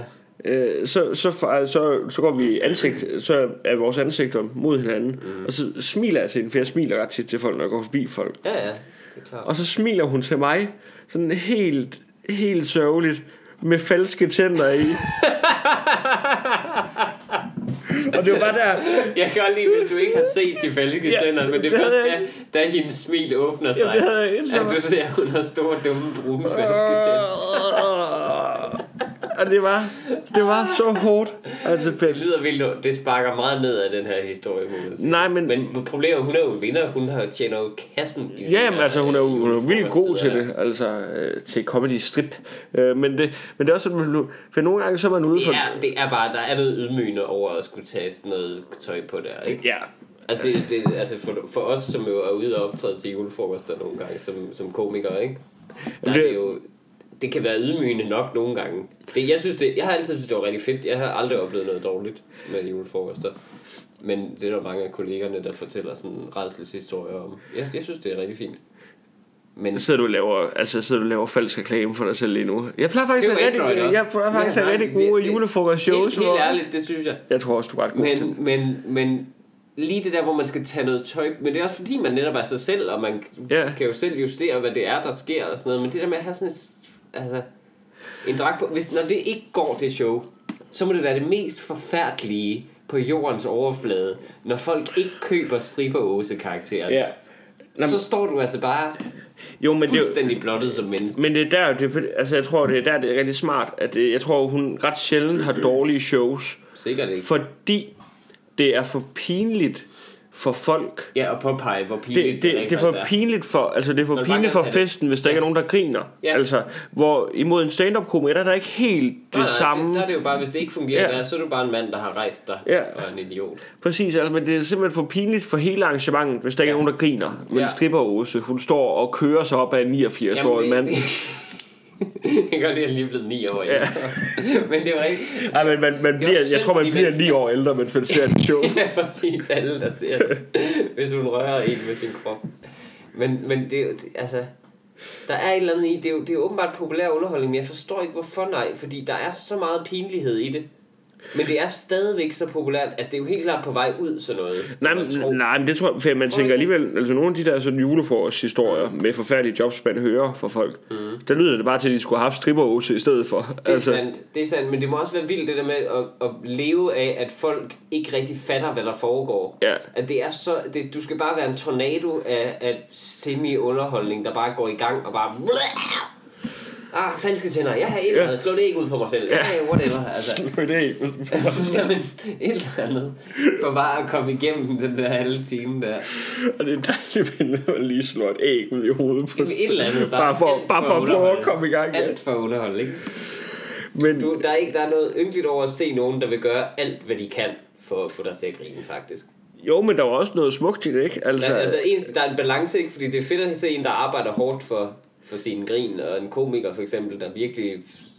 Så går vi så er vores ansigter mod hinanden, og så smiler jeg til hende, for jeg smiler ret tit til folk, når jeg går forbi folk. Ja, det er klart. Og så smiler hun til mig, Sådan helt sørgeligt. Med falske tænder i. Og det var bare der. Jeg kan godt lide, hvis du ikke har set de falske tænder, men det første er, da hendes smil åbner sig, at du ser, at hun har store, dumme, brune falske tænder. Og det var så hårdt. Altså, det lyder vildt. Det sparker meget ned af den her historie. Nej, men problemet, hun er jo vinder. Hun har tjener jo kassen. Ja, men altså hun er jo vildt god til det. Altså til comedy strip. Men det er også sådan, for nogle gange så er man ude for... Det er bare, der er noget ydmygende over at skulle tage sådan noget tøj på der, ikke? Ja. Altså for os, som jo er ude og optræde til julefrokoster nogle gange, som komikere, ikke? Der er jo... Det kan være ydmygende nok nogle gange. Jeg har altid synes det var rigtig fedt. Jeg har aldrig oplevet noget dårligt med julefrokoster. Men det er der mange af kollegerne, der fortæller sådan rædselshistorier om. Jeg synes, det er rigtig fint. Men sidder du laver falsk reklame for dig selv lige nu? Jeg plejer faktisk at have rigtig gode julefrokostshows. Helt ærligt, det synes jeg. Jeg tror også, du er ret god til. Men lige det der, hvor man skal tage noget tøj, men det er også fordi, man netop er sig selv, og man kan jo selv justere, hvad det er, der sker og sådan noget. Men det der med at have sådan en dragt på, når det ikke går det show, så må det være det mest forfærdelige på jordens overflade, når folk ikke køber stripper-Åse-karakteren. Ja. Så står du altså bare fuldstændig blottet som menneske. Men det er der, jeg tror, det er rigtig smart, at jeg tror, hun ret sjældent har dårlige shows. Sikkert ikke. Fordi det er for pinligt for folk. Ja, og påpege, hvor pinligt det er for pinligt for, altså det er for pinligt for festen, hvis der ikke er nogen, der griner. Ja. Altså, hvor imod en stand-up komiker, der er der ikke helt det samme. Der er det jo bare, hvis det ikke fungerer der, så er du bare en mand, der har rejst dig og en idiot. Præcis, altså, men det er simpelthen for pinligt for hele arrangementet, hvis der ikke er nogen, der griner. Men stripper-Åse, hun står og kører sig op af en 89-årig mand. Jeg kan godt lide, at jeg lige er blevet 9 år ældre. Men det var ikke... Ej, men jeg tror, man bliver 9 år ældre, mens man ser et show. Ja, præcis. Alle, der ser det. Hvis hun rører en med sin krop. Men det altså... Der er et eller andet i... Det er jo åbenbart populær underholdning, men jeg forstår ikke, hvorfor nej. Fordi der er så meget pinlighed i det. Men det er stadigvæk så populært, at det er jo helt klart på vej ud sådan noget. Nej, men det tror jeg, for man tænker alligevel, altså nogle af de der sådan julefrokost-historier med forfærdelige jobs, man hører fra folk, der lyder det bare til, at de skulle have haft stripper-Åse i stedet for. Det er sandt, men det må også være vildt det der med at leve af, at folk ikke rigtig fatter, hvad der foregår. Ja. At det er så, du skal bare være en tornado af semi-underholdning, der bare går i gang og bare... falske tænder. Jeg har ikke slået det ikke ud på mig selv. Whatever. Altså. Slå det ikke ud på mig selv. Jamen, et eller andet. For bare at komme igennem den der halve time der. Og det er dejligt, at man lige slår et æg ud i hovedet på sig. Et eller andet. Bare for at prøve at komme i gang. Alt for underholdning. Men der er noget ynkeligt over at se nogen, der vil gøre alt, hvad de kan for at få dig til at grine, faktisk. Jo, men der var også noget smukt i det, ikke? Altså der er en balance, ikke? Fordi det er fedt at se en, der arbejder hårdt for sin grin, og en komiker for eksempel, der virkelig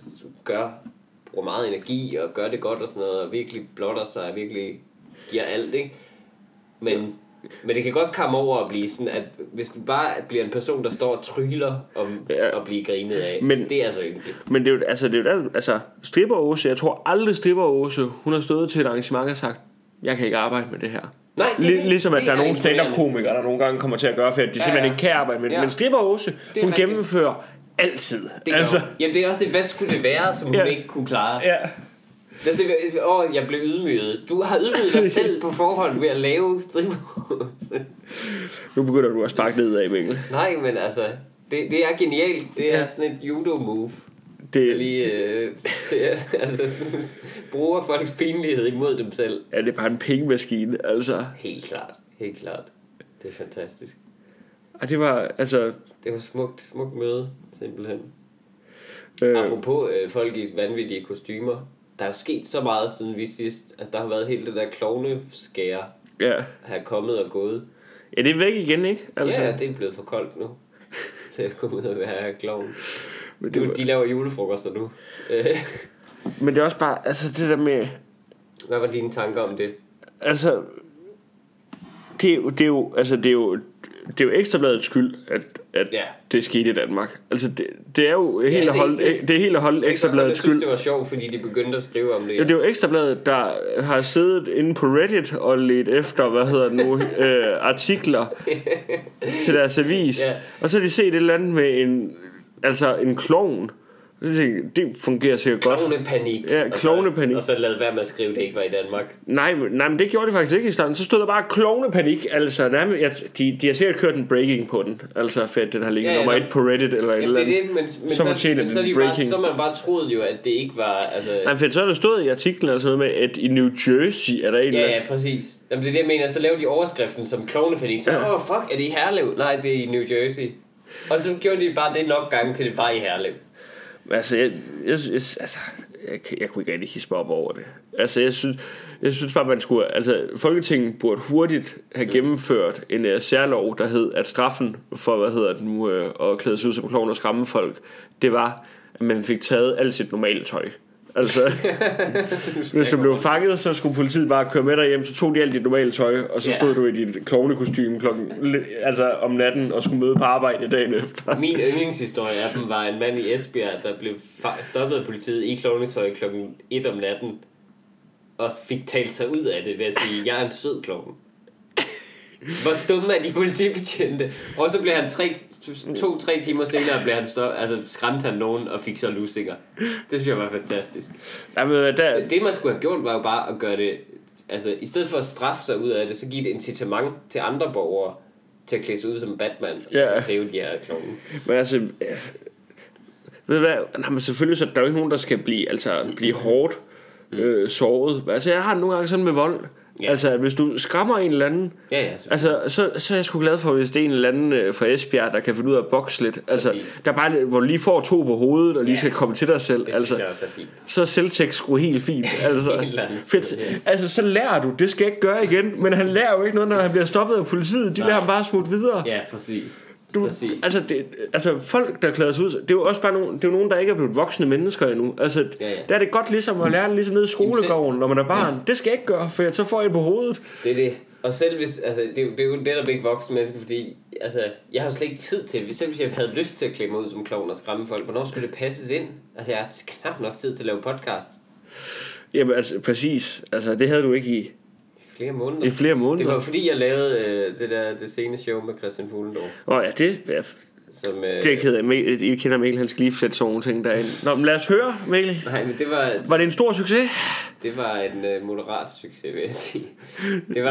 bruger meget energi og gør det godt og sådan noget, og virkelig blotter sig og virkelig giver alt, ikke? Men det kan godt komme over at blive sådan, at hvis du bare bliver en person, der står og tryller om at blive grinet af, det er altså ynkeligt. Men det er jo stripper-Åse, jeg tror aldrig stripper-Åse, hun har stået til et arrangement og sagt, jeg kan ikke arbejde med det her. Nej, ligesom at der er nogle stand-up-komikere, der nogle gange kommer til at gøre, for at de simpelthen ikke kan arbejde med det. Men stripper-Åse, hun gennemfører altid. Jamen det er også det, hvad skulle det være, som hun ikke kunne klare? Ja. Jeg blev ydmyget. Du har ydmyget dig selv på forhånd ved at lave stripper-Åse. Nu begynder du at sparke ned af, Mikkel. Nej, men altså, det er genialt. Det er sådan et judo-move. Det lige til at bruger folks pinlighed imod dem selv. Ja, det er bare en pengemaskine, altså. Helt klart. Det er fantastisk. Og det var det var smukt møde, simpelthen. Apropos folk i vanvittige kostymer, der er jo sket så meget siden vi sidst. Altså der har været helt det der klovneskære har kommet og gået. Ja, det er væk igen, ikke? Altså. Ja, det er blevet for koldt nu til at komme ud og være klovn. De laver julefrokoster nu. Men det er også bare, altså det der med... Hvad var dine tanker om det? Altså, det er jo Ekstrabladets skyld, at det skete i Danmark. Altså det er jo helt at holde Ekstrabladets skyld. Jeg synes det var sjovt, fordi de begyndte at skrive om det. Ja, det er jo Ekstrabladet, der har siddet inde på Reddit og ledt efter, artikler til deres avis. Og så har de set et eller andet med en altså en klovn. Det fungerer sikkert godt. Klovnepanik. Ja, klovnepanik. Og så lavede være med at skrive, det ikke var i Danmark. Nej, men det gjorde de faktisk ikke i starten. Så stod der bare klovnepanik. Altså, de har sikkert kørt en breaking på den. Altså, for at den har ligget nummer 1 på Reddit eller et eller andet. Så fortjener den en breaking. Så man bare troede jo, at det ikke var... Altså... Nej, for så er der stået i artiklen altså noget med, at i New Jersey er der en... Ja, præcis. Jamen, det er det, jeg mener. Så lavede de overskriften som klovnepanik. Så, fuck, er det i Herlev? Nej, det er i New Jersey. Og så gjorde de bare det nok gange til det var i Herlev. Altså, jeg kunne ikke rigtig hisse mig op over det. Altså, jeg synes bare, man skulle... Altså, Folketinget burde hurtigt have gennemført en særlov, der hed, at straffen for, at klæde sig ud som klovn og skræmme folk, det var, at man fik taget alt sit normale tøj. Altså, hvis du blev fanget, så skulle politiet bare køre med dig hjem, så tog de alt dit normale tøj, og så stod du i dit klovnekostyme om natten og skulle møde på arbejde dagen efter. Min yndlingshistorie af dem var en mand i Esbjerg, der blev stoppet af politiet i klovnetøj klokken 1 om natten, og fik talt sig ud af det ved at sige, jeg er en sød klovn. Hvor dumme er de politibetjente. Og så blev han 2-3 timer senere skræmte han nogen og fik så lusinger. Det synes jeg var fantastisk. Jamen, det man skulle have gjort var jo bare at gøre det, altså i stedet for at straffe sig ud af det, så give et incitament til andre borgere til at klæde sig ud som Batman og tæve de her klovne. Men altså, ved du hvad? Jamen, selvfølgelig så der er jo ikke nogen der skal blive hårdt såret. Altså jeg har nogle gange sådan med vold. Ja. Altså hvis du skræmmer en eller anden, altså så er jeg sgu glad for, hvis det er en eller anden fra Esbjerg, der kan finde ud af at bokse lidt. Altså der bare hvor du lige får 2 på hovedet og lige skal komme til dig selv. Det altså synes jeg også er fint. Så er selvtægt sgu helt fint. Altså fedt. Altså så lærer du, det skal jeg ikke gøre igen. Men han lærer jo ikke noget, når han bliver stoppet af politiet. De lader ham bare smutte videre. Ja, præcis. Altså folk der klæder sig ud, det er jo også bare nogen der ikke er blevet voksne mennesker endnu. Altså der er det godt ligesom at lære det ligesom nede i skolegården, når man er barn. Det skal jeg ikke gøre, for så får jeg på hovedet. Det er det. Og selv hvis det er jo netop ikke voksne mennesker, fordi jeg har slet ikke tid til, selv hvis jeg havde lyst til at klæde mig ud som klovn og skræmme folk, hvornår skulle det passes ind? Altså jeg har knap nok tid til at lave podcast. Jamen altså præcis. Altså det havde du ikke i flere måneder. I flere måneder. Det var fordi jeg lavede det seneste show med Christian Fuglendorf. Det er ked af. I kender Mikkel, han skal lige sætte sådan nogle ting derind. Nå, men lad os høre, Mikkel. Nej, men var det en stor succes? Det var en moderat succes, vil jeg sige. Det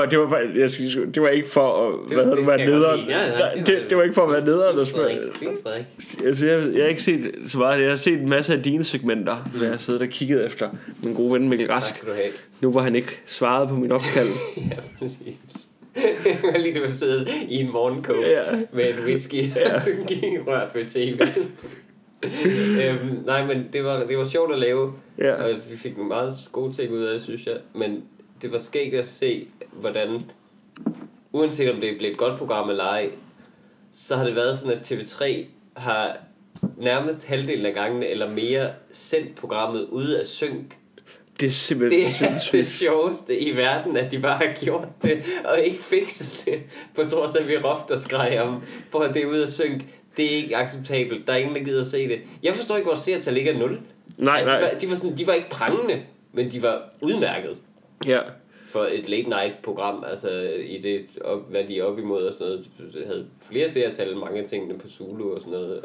var ikke for at være nederen. Det var ikke for at være nederen og spørge. Altså, jeg har ikke set så meget. Jeg har set en masse af dine segmenter, for jeg har siddet og kigget efter min gode ven Mikkel Rask. Tak skal du have. Nu var han ikke svaret på min opkald. Ja, præcis. Det var lige, du siddet i en morgenkåb med en whisky, og så gik rørt ved tv. Nej, men det var sjovt at lave, og vi fik nogle meget gode ting ud af det, synes jeg. Men det var skægt at se, hvordan, uanset om det blev et godt program eller ej, så har det været sådan, at TV3 har nærmest halvdelen af gangene eller mere sendt programmet ude af synk. Det er simpelthen det sjoveste i verden, at de bare har gjort det og ikke fikset det, på trods af at vi råbte og skreg om, for at det er ude af synk. Det er ikke acceptabelt. Der er ingen, der gider at se det. Jeg forstår ikke, hvor seertal ligger 0. Nej. De var ikke prangende, men de var udmærket. Ja. For et late night program, altså i det, hvad de er op imod og sådan noget, havde flere seertal end mange af tingene på Zulu og sådan noget.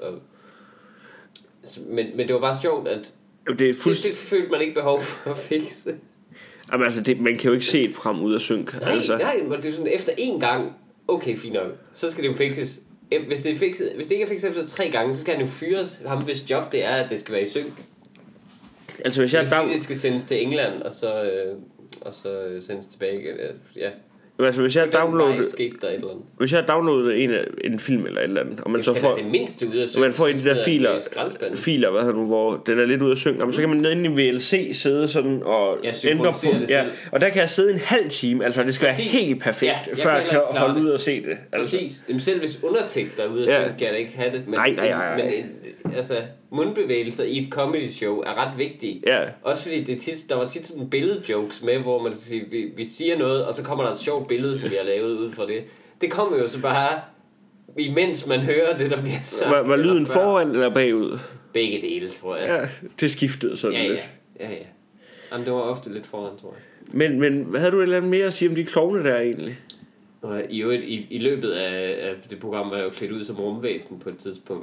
Men det var bare sjovt, at det følte man ikke behov for at fikse. Jamen altså, man kan jo ikke se et program ud af synk. Nej, men det er sådan, efter 1 gang, okay, fint nok, så skal det jo fikses. Hvis det ikke er fikset efter 3 gange, så skal han jo fyres. Ham, hvis job det er, at det skal være i synk. Altså hvis det skal sendes til England, og så sendes tilbage. Ja. Altså hvis jeg downloadet en film eller et eller andet, og man så får det mindste ud af synk, og man får en af de der filer, hvad hedder nu, hvor den er lidt ud af synk, så kan man nede inde i VLC sidde sådan og ændre på det, og der kan jeg sidde en halv time, altså det skal være helt perfekt, før jeg kan holde ud og se det. Altså. Præcis. Jamen, selv hvis undertekster er ude af synk, kan jeg ikke have det, men nej. Altså mundbevægelser i et comedy show er ret vigtige. Også fordi der var tit sådan billedjokes med, hvor man siger, vi siger noget, og så kommer der et sjovt billede, som vi har lavet ud fra det. Det kommer jo så bare, imens man hører det, der bliver sagt. Var lyden foran eller bagud? Begge dele, tror jeg. Ja, det skiftede sådan lidt. Ja. Jamen, det var ofte lidt foran, tror jeg. Men hvad havde du et eller andet mere at sige om de klovne der egentlig? I løbet af det program var jeg jo klædt ud som rumvæsen på et tidspunkt.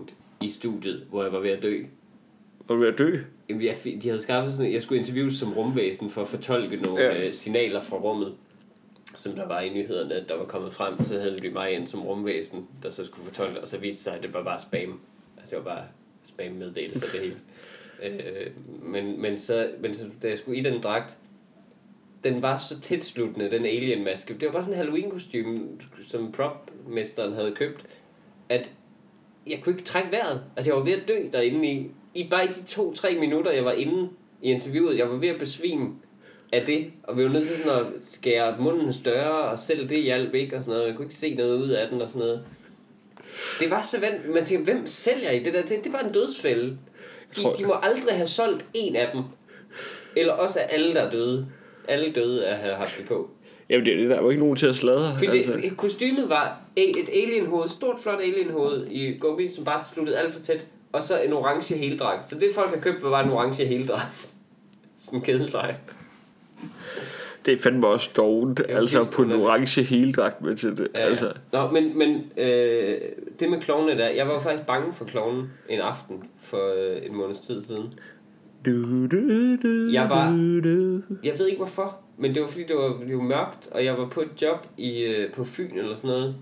i studiet, hvor jeg var ved at dø. Var du ved at dø? De havde skaffet sådan, jeg skulle interviews som rumvæsen for at fortolke nogle signaler fra rummet, som der var i nyhederne, der var kommet frem. Så havde de mig ind som rumvæsen, der så skulle fortolke, og så viste sig, at det var bare spam. Altså det var bare spam-meddelelser det hele. Men så da jeg skulle i den dragt, den var så tætsluttende, den alien-maske. Det var bare sådan en Halloween-kostyme, som prop-mesteren havde købt, at jeg kunne ikke trække vejret. Altså jeg var ved at dø derinde bare i de 2-3 minutter, jeg var inde i interviewet. Jeg var ved at besvime af det, og vi var nødt til sådan at skære munden større, og selv det hjalp ikke, og sådan noget. Jeg kunne ikke se noget ud af den, og sådan noget. Det var så vandt. Man tænker, hvem sælger I det der til? Det var en dødsfælde. De må aldrig have solgt en af dem. Eller også af alle, der er døde. Alle døde at have haft det på. Jamen det der var ikke nogen til at sladre. Fordi kostymet var et alienhoved, stort flot alienhoved i gummi, som bare sluttede alt for tæt. Og så en orange heldragt. Så det folk har købt var bare en orange heldragt. Sådan en kedeldragt. Det er fandme også dovent, altså på en orange heldragt med til det. Ja. Altså. Nå, men det med klovne der, jeg var jo faktisk bange for klovnen en aften for en måneds tid siden. Jeg ved ikke hvorfor, men det var fordi det var mørkt, og jeg var på et job på Fyn eller sådan noget.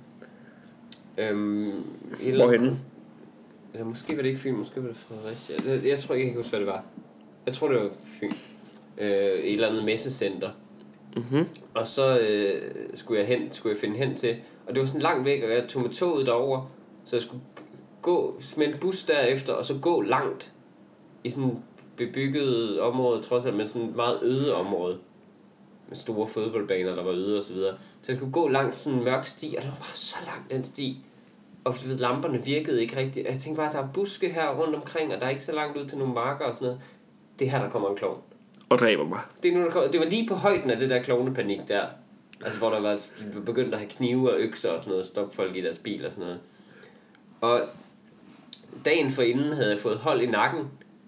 Hvorhenne? Eller måske var det ikke Fyn, måske var det Fredericia. Jeg tror ikke, jeg kan huske, hvad det var. Jeg tror, det var Fyn. Et eller andet messecenter. Mm-hmm. Og så skulle jeg finde hen til, og det var sådan langt væk, og jeg tog med toget derover, så jeg skulle gå med en bus derefter, og så gå langt i sådan bebygget område, trods alt, men sådan et meget øde område med store fodboldbaner, der var øde og så videre. Så jeg skulle gå langs sådan en mørk sti, og det var bare så langt den sti. Og lamperne virkede ikke rigtigt. Jeg tænkte bare, at der er buske her rundt omkring, og der er ikke så langt ud til nogle marker og sådan noget. Det her, der kommer en klovn. Og dræber mig. Det var lige på højden af det der klovnepanik der. Altså hvor der var begyndt at have knive og økser og sådan noget, og stoppe folk i deres bil og sådan noget. Og dagen forinden havde jeg fået hold i nakken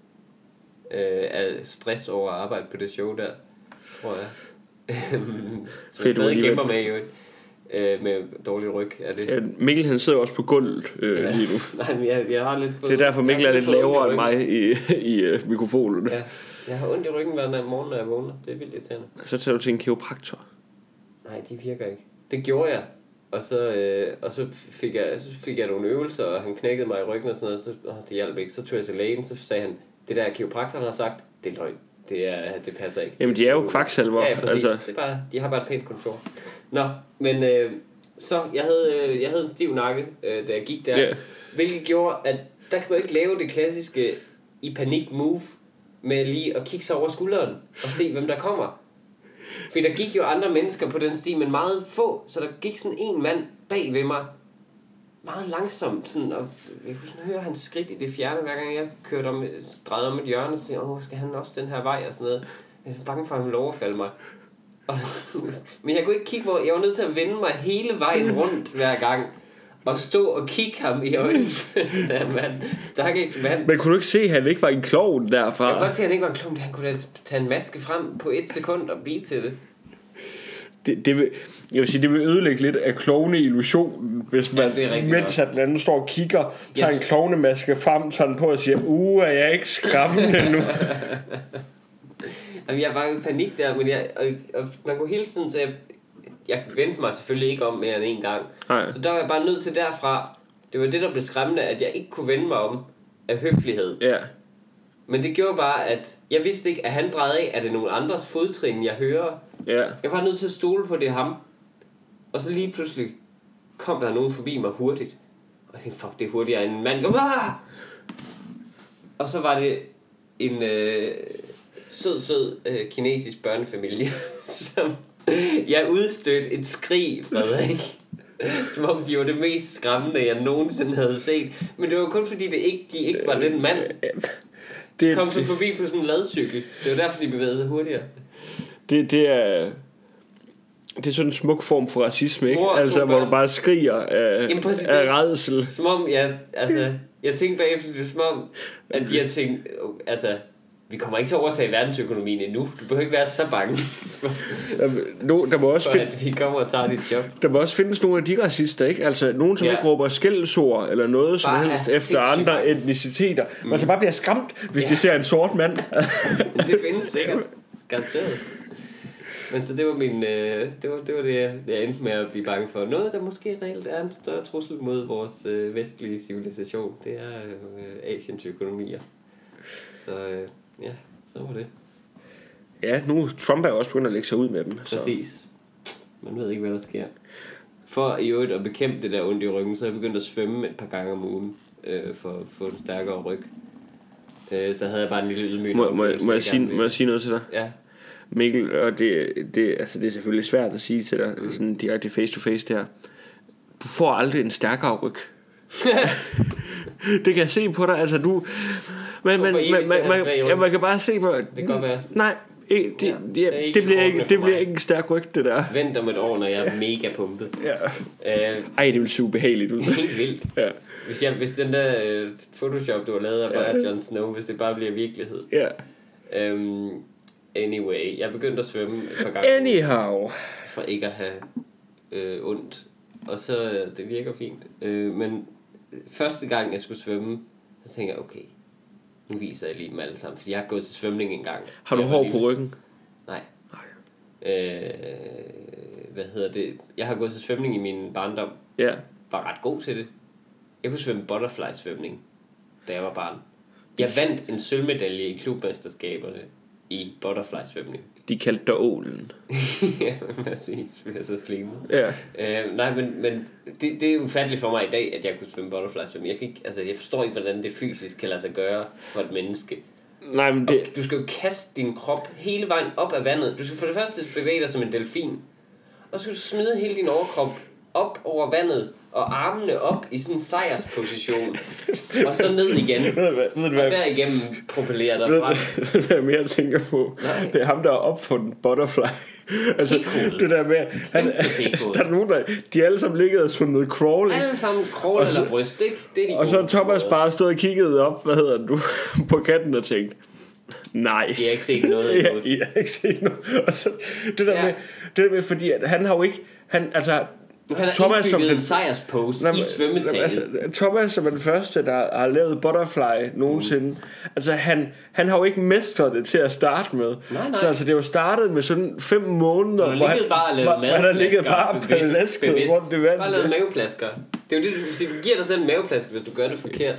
af stress over at arbejde på det show der, tror jeg. Så jeg stadig kæmper med jo. Med dårlig ryg er det. Ja, Mikkel han sidder også på gulvet lige nu. Nej, men jeg har lidt fået, det er derfor Mikkel er lidt lavere end mig i mikrofonen. Ja, jeg har ondt i ryggen hver morgen, når jeg vågner. Det er vildt irriterende. Så tager du til en kiropraktor. Nej, de virker ikke. Det gjorde jeg. Og så fik jeg nogle øvelser, og han knækkede mig i ryggen og sådan noget. Så det hjalp ikke. Så tog jeg til lægen, så sagde han, det der kiropraktoren har sagt, det er løgn. Det passer ikke. Jamen de er jo kvaksalver. Ja, præcis. Altså. Det er bare, de har bare et pænt kontor. Nå, men så jeg havde en stiv nakke, da jeg gik der. Yeah. Hvilket gjorde, at der kan man ikke lave det klassiske i panik move med lige at kigge sig over skulderen og se, hvem der kommer. For der gik jo andre mennesker på den sti, men meget få. Så der gik sådan en mand bag ved mig, meget langsomt, sådan, og jeg kunne sådan høre hans skridt i det fjerne, hver gang jeg drejede om et hjørne, og så skal han også den her vej, og sådan noget. Jeg er så bange for, at han ville overfalde mig. Men jeg kunne ikke kigge, hvor jeg var nødt til at vende mig hele vejen rundt hver gang, og stå og kigge ham i øjnene. Der mand, stakkels mand. Men kunne du ikke se, at han ikke var en klovn derfra? Jeg kunne godt se, at han ikke var en klovn, han kunne da tage en maske frem på 1 sekund og blive til det. Jeg vil sige, det vil ødelægge lidt af klovne-illusionen, hvis man, mens at den anden står og kigger, tager en klovnemaske frem, tager den på og siger, er jeg ikke skræmmende nu? Jamen, jeg var i panik der, men og man kunne hele tiden, så jeg vendte mig selvfølgelig ikke om mere end en gang. Nej. Så der var jeg bare nødt til derfra, det var det, der blev skræmmende, at jeg ikke kunne vende mig om af høflighed. Ja. Men det gjorde bare, at jeg vidste ikke, at han drejede af, at det er nogle andres fodtrin, jeg hører. Ja. Jeg var nødt til at stole på, det ham. Og så lige pludselig kom der nogen forbi mig hurtigt. Og jeg tænkte, fuck, det er hurtigere end en mand. Og så var det en sød kinesisk børnefamilie, som jeg udstødte et skrig, Frederik. Som om de var det mest skræmmende, jeg nogensinde havde set. Men det var kun fordi, de ikke var den mand. De kom så forbi på sådan en ladcykel. Det var derfor, de bevægede sig hurtigere. Det er sådan en smuk form for racisme, ikke? Altså, hvor du bare skriger af rædsel. Som om, jeg tænkte bagefter, det er som om, at de har tænkt, vi kommer ikke til at overtage verdensøkonomien endnu. Du behøver ikke være så bange Der må også at vi kommer og tager dit job. Der må også findes nogle af de racister, ikke? Altså nogen, som ikke råber skældsord eller noget som helst efter andre etniciteter. Altså bare bliver skræmt, hvis de ser en sort mand. Det findes sikkert. Garanteret. Men så det var det var det, jeg endte med at blive bange for. Noget, der måske reelt er en større trussel mod vores vestlige civilisation, det er Asiens økonomier. Så så var det. Ja, nu Trump er også begyndt at lægge sig ud med dem. Præcis. Man ved ikke, hvad der sker. For i øvrigt at bekæmpe det der ondt i ryggen, så er jeg begyndt at svømme et par gange om ugen, for at få en stærkere ryg. Så havde jeg bare en lille ydmygende. Må jeg sige noget til dig? Ja. Mikkel, og det er selvfølgelig svært at sige til dig, sådan direkte face to face der. Du får aldrig en stærkere ryg. Det kan jeg se på dig, altså du. Man kan bare se på. Det kan godt være. Nej, det bliver ikke en stærk ryg, det der. Vent om et år, når jeg er mega pumpet. Ej, det vil se ubehageligt ud. Helt vildt. Ja. Hvis den der Photoshop, du har lavet af bare Jon Snow, hvis det bare bliver virkelighed. Ja. Anyway, jeg begyndte at svømme et par gange. Anyhow. For ikke at have ondt. Og så, det virker fint. Men første gang jeg skulle svømme, så tænkte jeg, okay, nu viser jeg lige dem alle sammen. Fordi jeg har gået til svømning en gang. Har du hår på ryggen? Nej. Hvad hedder det? Jeg har gået til svømning i min barndom. Ja. Var ret god til det. Jeg kunne svømme butterfly-svømning, da jeg var barn. Jeg vandt en sølvmedalje i klubmesterskaberne i butterfly-svømning. De kaldte dig ålen. Ja, præcis. Det er så slimet. Ja. Nej, men det er ufatteligt for mig i dag, at jeg kunne svømme butterfly-svømning. Jeg forstår ikke, hvordan det fysisk kan lade sig gøre for et menneske. Nej, men du skal jo kaste din krop hele vejen op af vandet. Du skal for det første bevæge dig som en delfin. Og så skal du smide hele din overkrop op over vandet og armene op i sådan en sejrsposition. Og så ned igen. Og derigennem propellerer der frem. Hvad jeg mere tænker på, det er ham, der har opfundet butterfly. Altså, det der med, der er nogen, de alle sammen ligget og svømmet crawling. Alle sammen crawl eller bryst, ikke? Det er de og så har Thomas bare stået og kigget op, på kanten og tænkt, nej. Jeg har ikke set noget. Jeg har ikke set noget. Og så, det der med, fordi at han har jo ikke, han har Thomas indbygget en sejrspose i svømmetaget. Altså, Thomas som den første, der har lavet butterfly nogensinde. Altså han har jo ikke mestret det til at starte med. Nej. Så altså, det er jo startet med sådan 5 måneder, hvor han har ligget bare plasket rundt i vandet. Bare lavet maveplasker. Det er jo det, du giver dig selv en maveplasker, hvis du gør det forkert.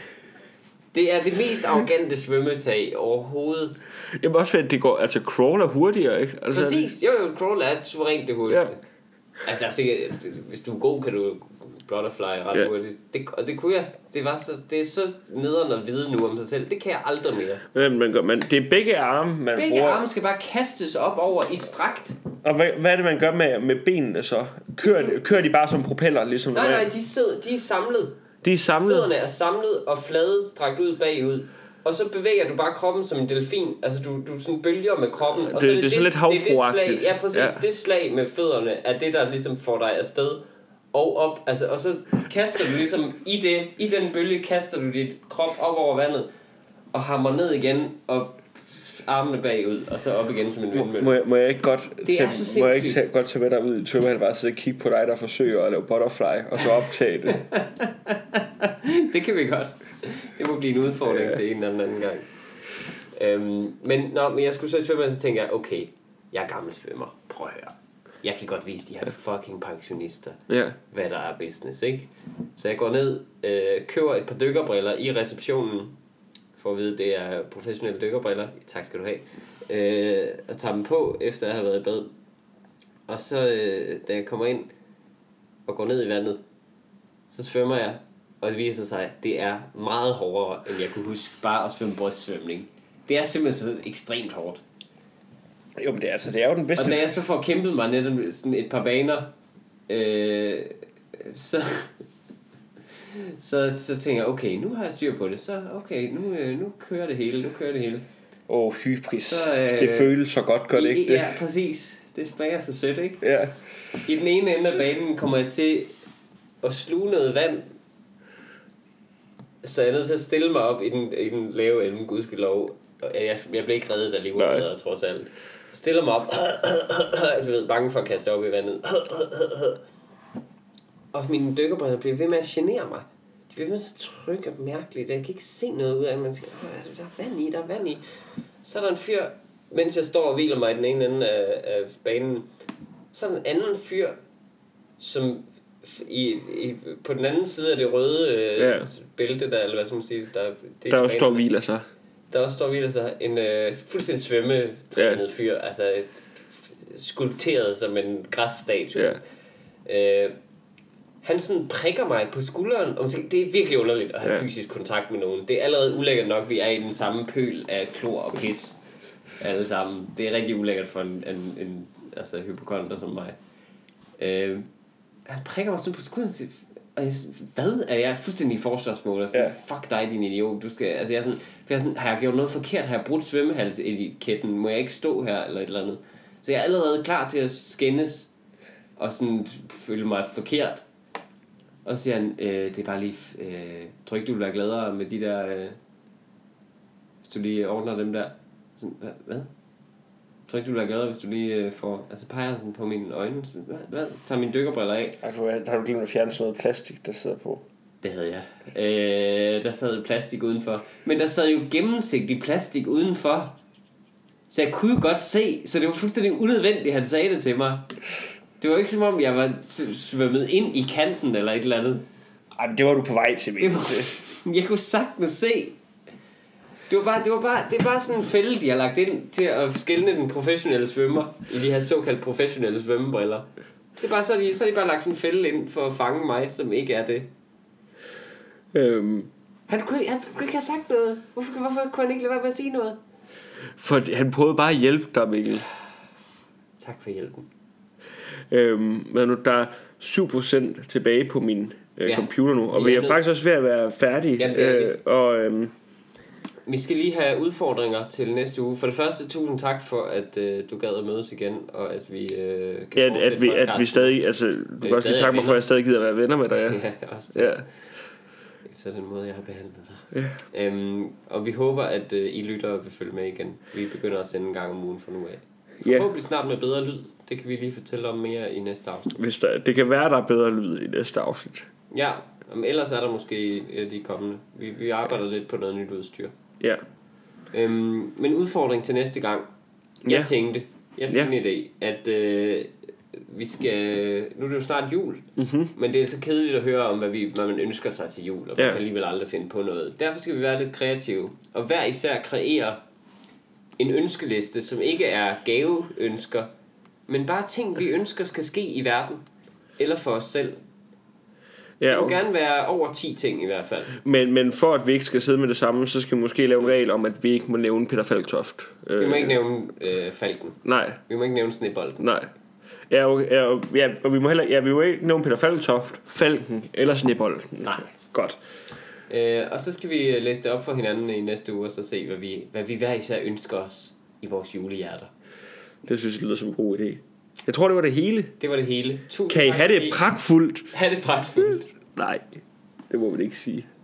Det er det mest arrogante svømmetag overhovedet. Jamen også fordi det går, altså crawl er hurtigere, ikke? Altså, præcis, jo, crawl er suverænt det hurtigste. Ja. Altså, der er sikkert, hvis du er god, kan du butterfly ret hurtigt. Det kunne jeg. Det er så nederen at vide nu om sig selv. Det kan jeg aldrig mere. Men det er begge arme, man bruger. Begge arme skal bare kastes op over i strakt. Og hvad er det, man gør med benene så? Kører de bare som propeller? Ligesom Nej, de er samlet. De er samlet? Fødderne er samlet og flade strakt ud bagud. Og så bevæger du bare kroppen som en delfin. Altså du sådan bølger med kroppen. Og det er så lidt havfruagtigt. Ja, præcis. Ja. Det slag med fødderne er det, der ligesom får dig afsted og op. Altså, og så kaster du ligesom i den bølge, kaster du dit krop op over vandet og hammer ned igen og armene bagud og så op igen som en vindmølle. Må jeg ikke godt tage med dig ud i tømmerhallen, bare sidde og kigge på dig, der forsøger at lave butterfly og så optage det? Det kan vi godt. Det må blive en udfordring til en eller anden gang. Men jeg skulle så i svømmer, så tænker jeg, okay, jeg er gammel svømmer. Prøv at høre. Jeg kan godt vise de her fucking pensionister, hvad der er business, ikke? Så jeg går ned, køber et par dykkerbriller i receptionen, for at vide, det er professionelle dykkerbriller. Tak skal du have. Og tager dem på, efter jeg har været i bad. Og så, da jeg kommer ind og går ned i vandet, så svømmer jeg. Og det viser sig, at det er meget hårdere, end jeg kunne huske bare at svømme brystsvømning. Det er simpelthen så ekstremt hårdt. Jo, men det er jo den bedste. Og da jeg så får kæmpet mig netop sådan et par baner, så tænker jeg, okay, nu har jeg styr på det. Så okay, nu kører det hele. Hybris. Så, det føles så godt, gør det ikke det? Ja, præcis. Det smager så sødt, ikke? Ja. I den ene ende af banen kommer jeg til at sluge noget vand. Så jeg er nødt til at stille mig op i den lave ende, gudskelov. Jeg blev ikke reddet alligevel, trods alt. Stiller mig op. Du ved, bange for at kaste op i vandet. Og mine dykkerbriller bliver ved med at genere mig. De bliver ved med at trykke mærkeligt. Jeg kan ikke se noget ud af det. Man siger, der er vand i. Så er der en fyr, mens jeg står og hviler mig i den ene ende af banen. Så er der en anden fyr, som på den anden side af det røde bælte, der, eller hvad skal man sige, der også står og hviler sig. Der også står og hviler sig en fuldstændig svømmetrænet fyr, altså skulpteret som en græsstatue. Han sådan prikker mig på skulderen, og det er virkelig underligt at have fysisk kontakt med nogen. Det er allerede ulækkert nok, vi er i den samme pøl af klor og pis alle sammen. Det er rigtig ulækkert for en altså hypokonder som mig. Han prikker mig sådan på skulderen og siger, hvad? Er jeg fuldstændig i forsvarsmål? Fuck dig, din idiot. Du skal, altså jeg er sådan, har jeg gjort noget forkert? Har jeg brudt svømmehalsetiketten? Må jeg ikke stå her? Eller et eller andet. Så jeg er allerede klar til at skændes og sådan føle mig forkert. Og så siger han, det er bare lige, tror ikke du vil være gladere med de der, hvis du lige ordner dem der. Sådan, hvad? Tror ikke du vil være gladere, hvis du lige får, altså peger sådan på mine øjne. Sådan, hvad? Tager mine dykkerbriller af. Har du glemt at fjerne sådan noget plastik, der sidder på? Det havde jeg. Der sad plastik udenfor. Men der sad jo gennemsigtig plastik udenfor. Så jeg kunne jo godt se, så det var fuldstændig unødvendigt, han sagde det til mig. Det var ikke som om, jeg var svømmet ind i kanten eller et eller andet. Ej, men det var du på vej til. Jeg kunne sagtens se. Det er bare sådan en fælde, de har lagt ind til at skelne den professionelle svømmer i de her såkaldt professionelle svømmebriller. Det er bare så er de bare lagt sådan en fælde ind for at fange mig, som ikke er det. Han kunne ikke have sagt noget. Hvorfor kunne han ikke lade være med at sige noget? For han prøvede bare at hjælpe dig, Mikkel. Tak for hjælpen. Men nu der er 7% tilbage på min computer nu, og vi er faktisk også ved at være færdige. Jamen, vi skal lige have udfordringer til næste uge. For det første, tusind tak for, at du gad at mødes igen, og at vi kan at vi stadig, altså, du kan også lige takke mig for, at jeg stadig gider at være venner med dig. Ja, det er også det. Ja. Efter den måde, jeg har behandlet dig. Ja. Og vi håber, at I lyttere vil følge med igen. Vi begynder at sende en gang om ugen fra nu af. Forhåbentlig snart med bedre lyd. Det kan vi lige fortælle om mere i næste afsnit. Det kan være, der er bedre lyd i næste afsnit. Ja, men ellers er der måske de kommende. Vi arbejder lidt på noget nyt udstyr. Ja. Men udfordring til næste gang. Jeg fik en idé, at vi skal... Nu er det jo snart jul, men det er så kedeligt at høre om, hvad man ønsker sig til jul, og man kan alligevel aldrig finde på noget. Derfor skal vi være lidt kreative, og hver især kreere en ønskeliste, som ikke er gaveønsker, men bare ting, vi ønsker skal ske i verden, eller for os selv. Det må gerne være over 10 ting i hvert fald. Men for at vi ikke skal sidde med det samme, så skal vi måske lave en regel om, at vi ikke må nævne Peter Falktoft. Vi må ikke nævne Falken. Nej. Vi må ikke nævne Snebolden. Nej. Og vi må heller vi må ikke nævne Peter Falktoft, Falken eller Snebolden. Nej. Godt. Og så skal vi læse det op for hinanden i næste uge, og så se, hvad vi hver især ønsker os i vores julehjerter. Det synes jeg lyder som en god idé. Jeg tror, det var det hele. Det var det hele. Kan I have det pragtfuldt? Ha' det pragtfuldt. Nej, det må man ikke sige.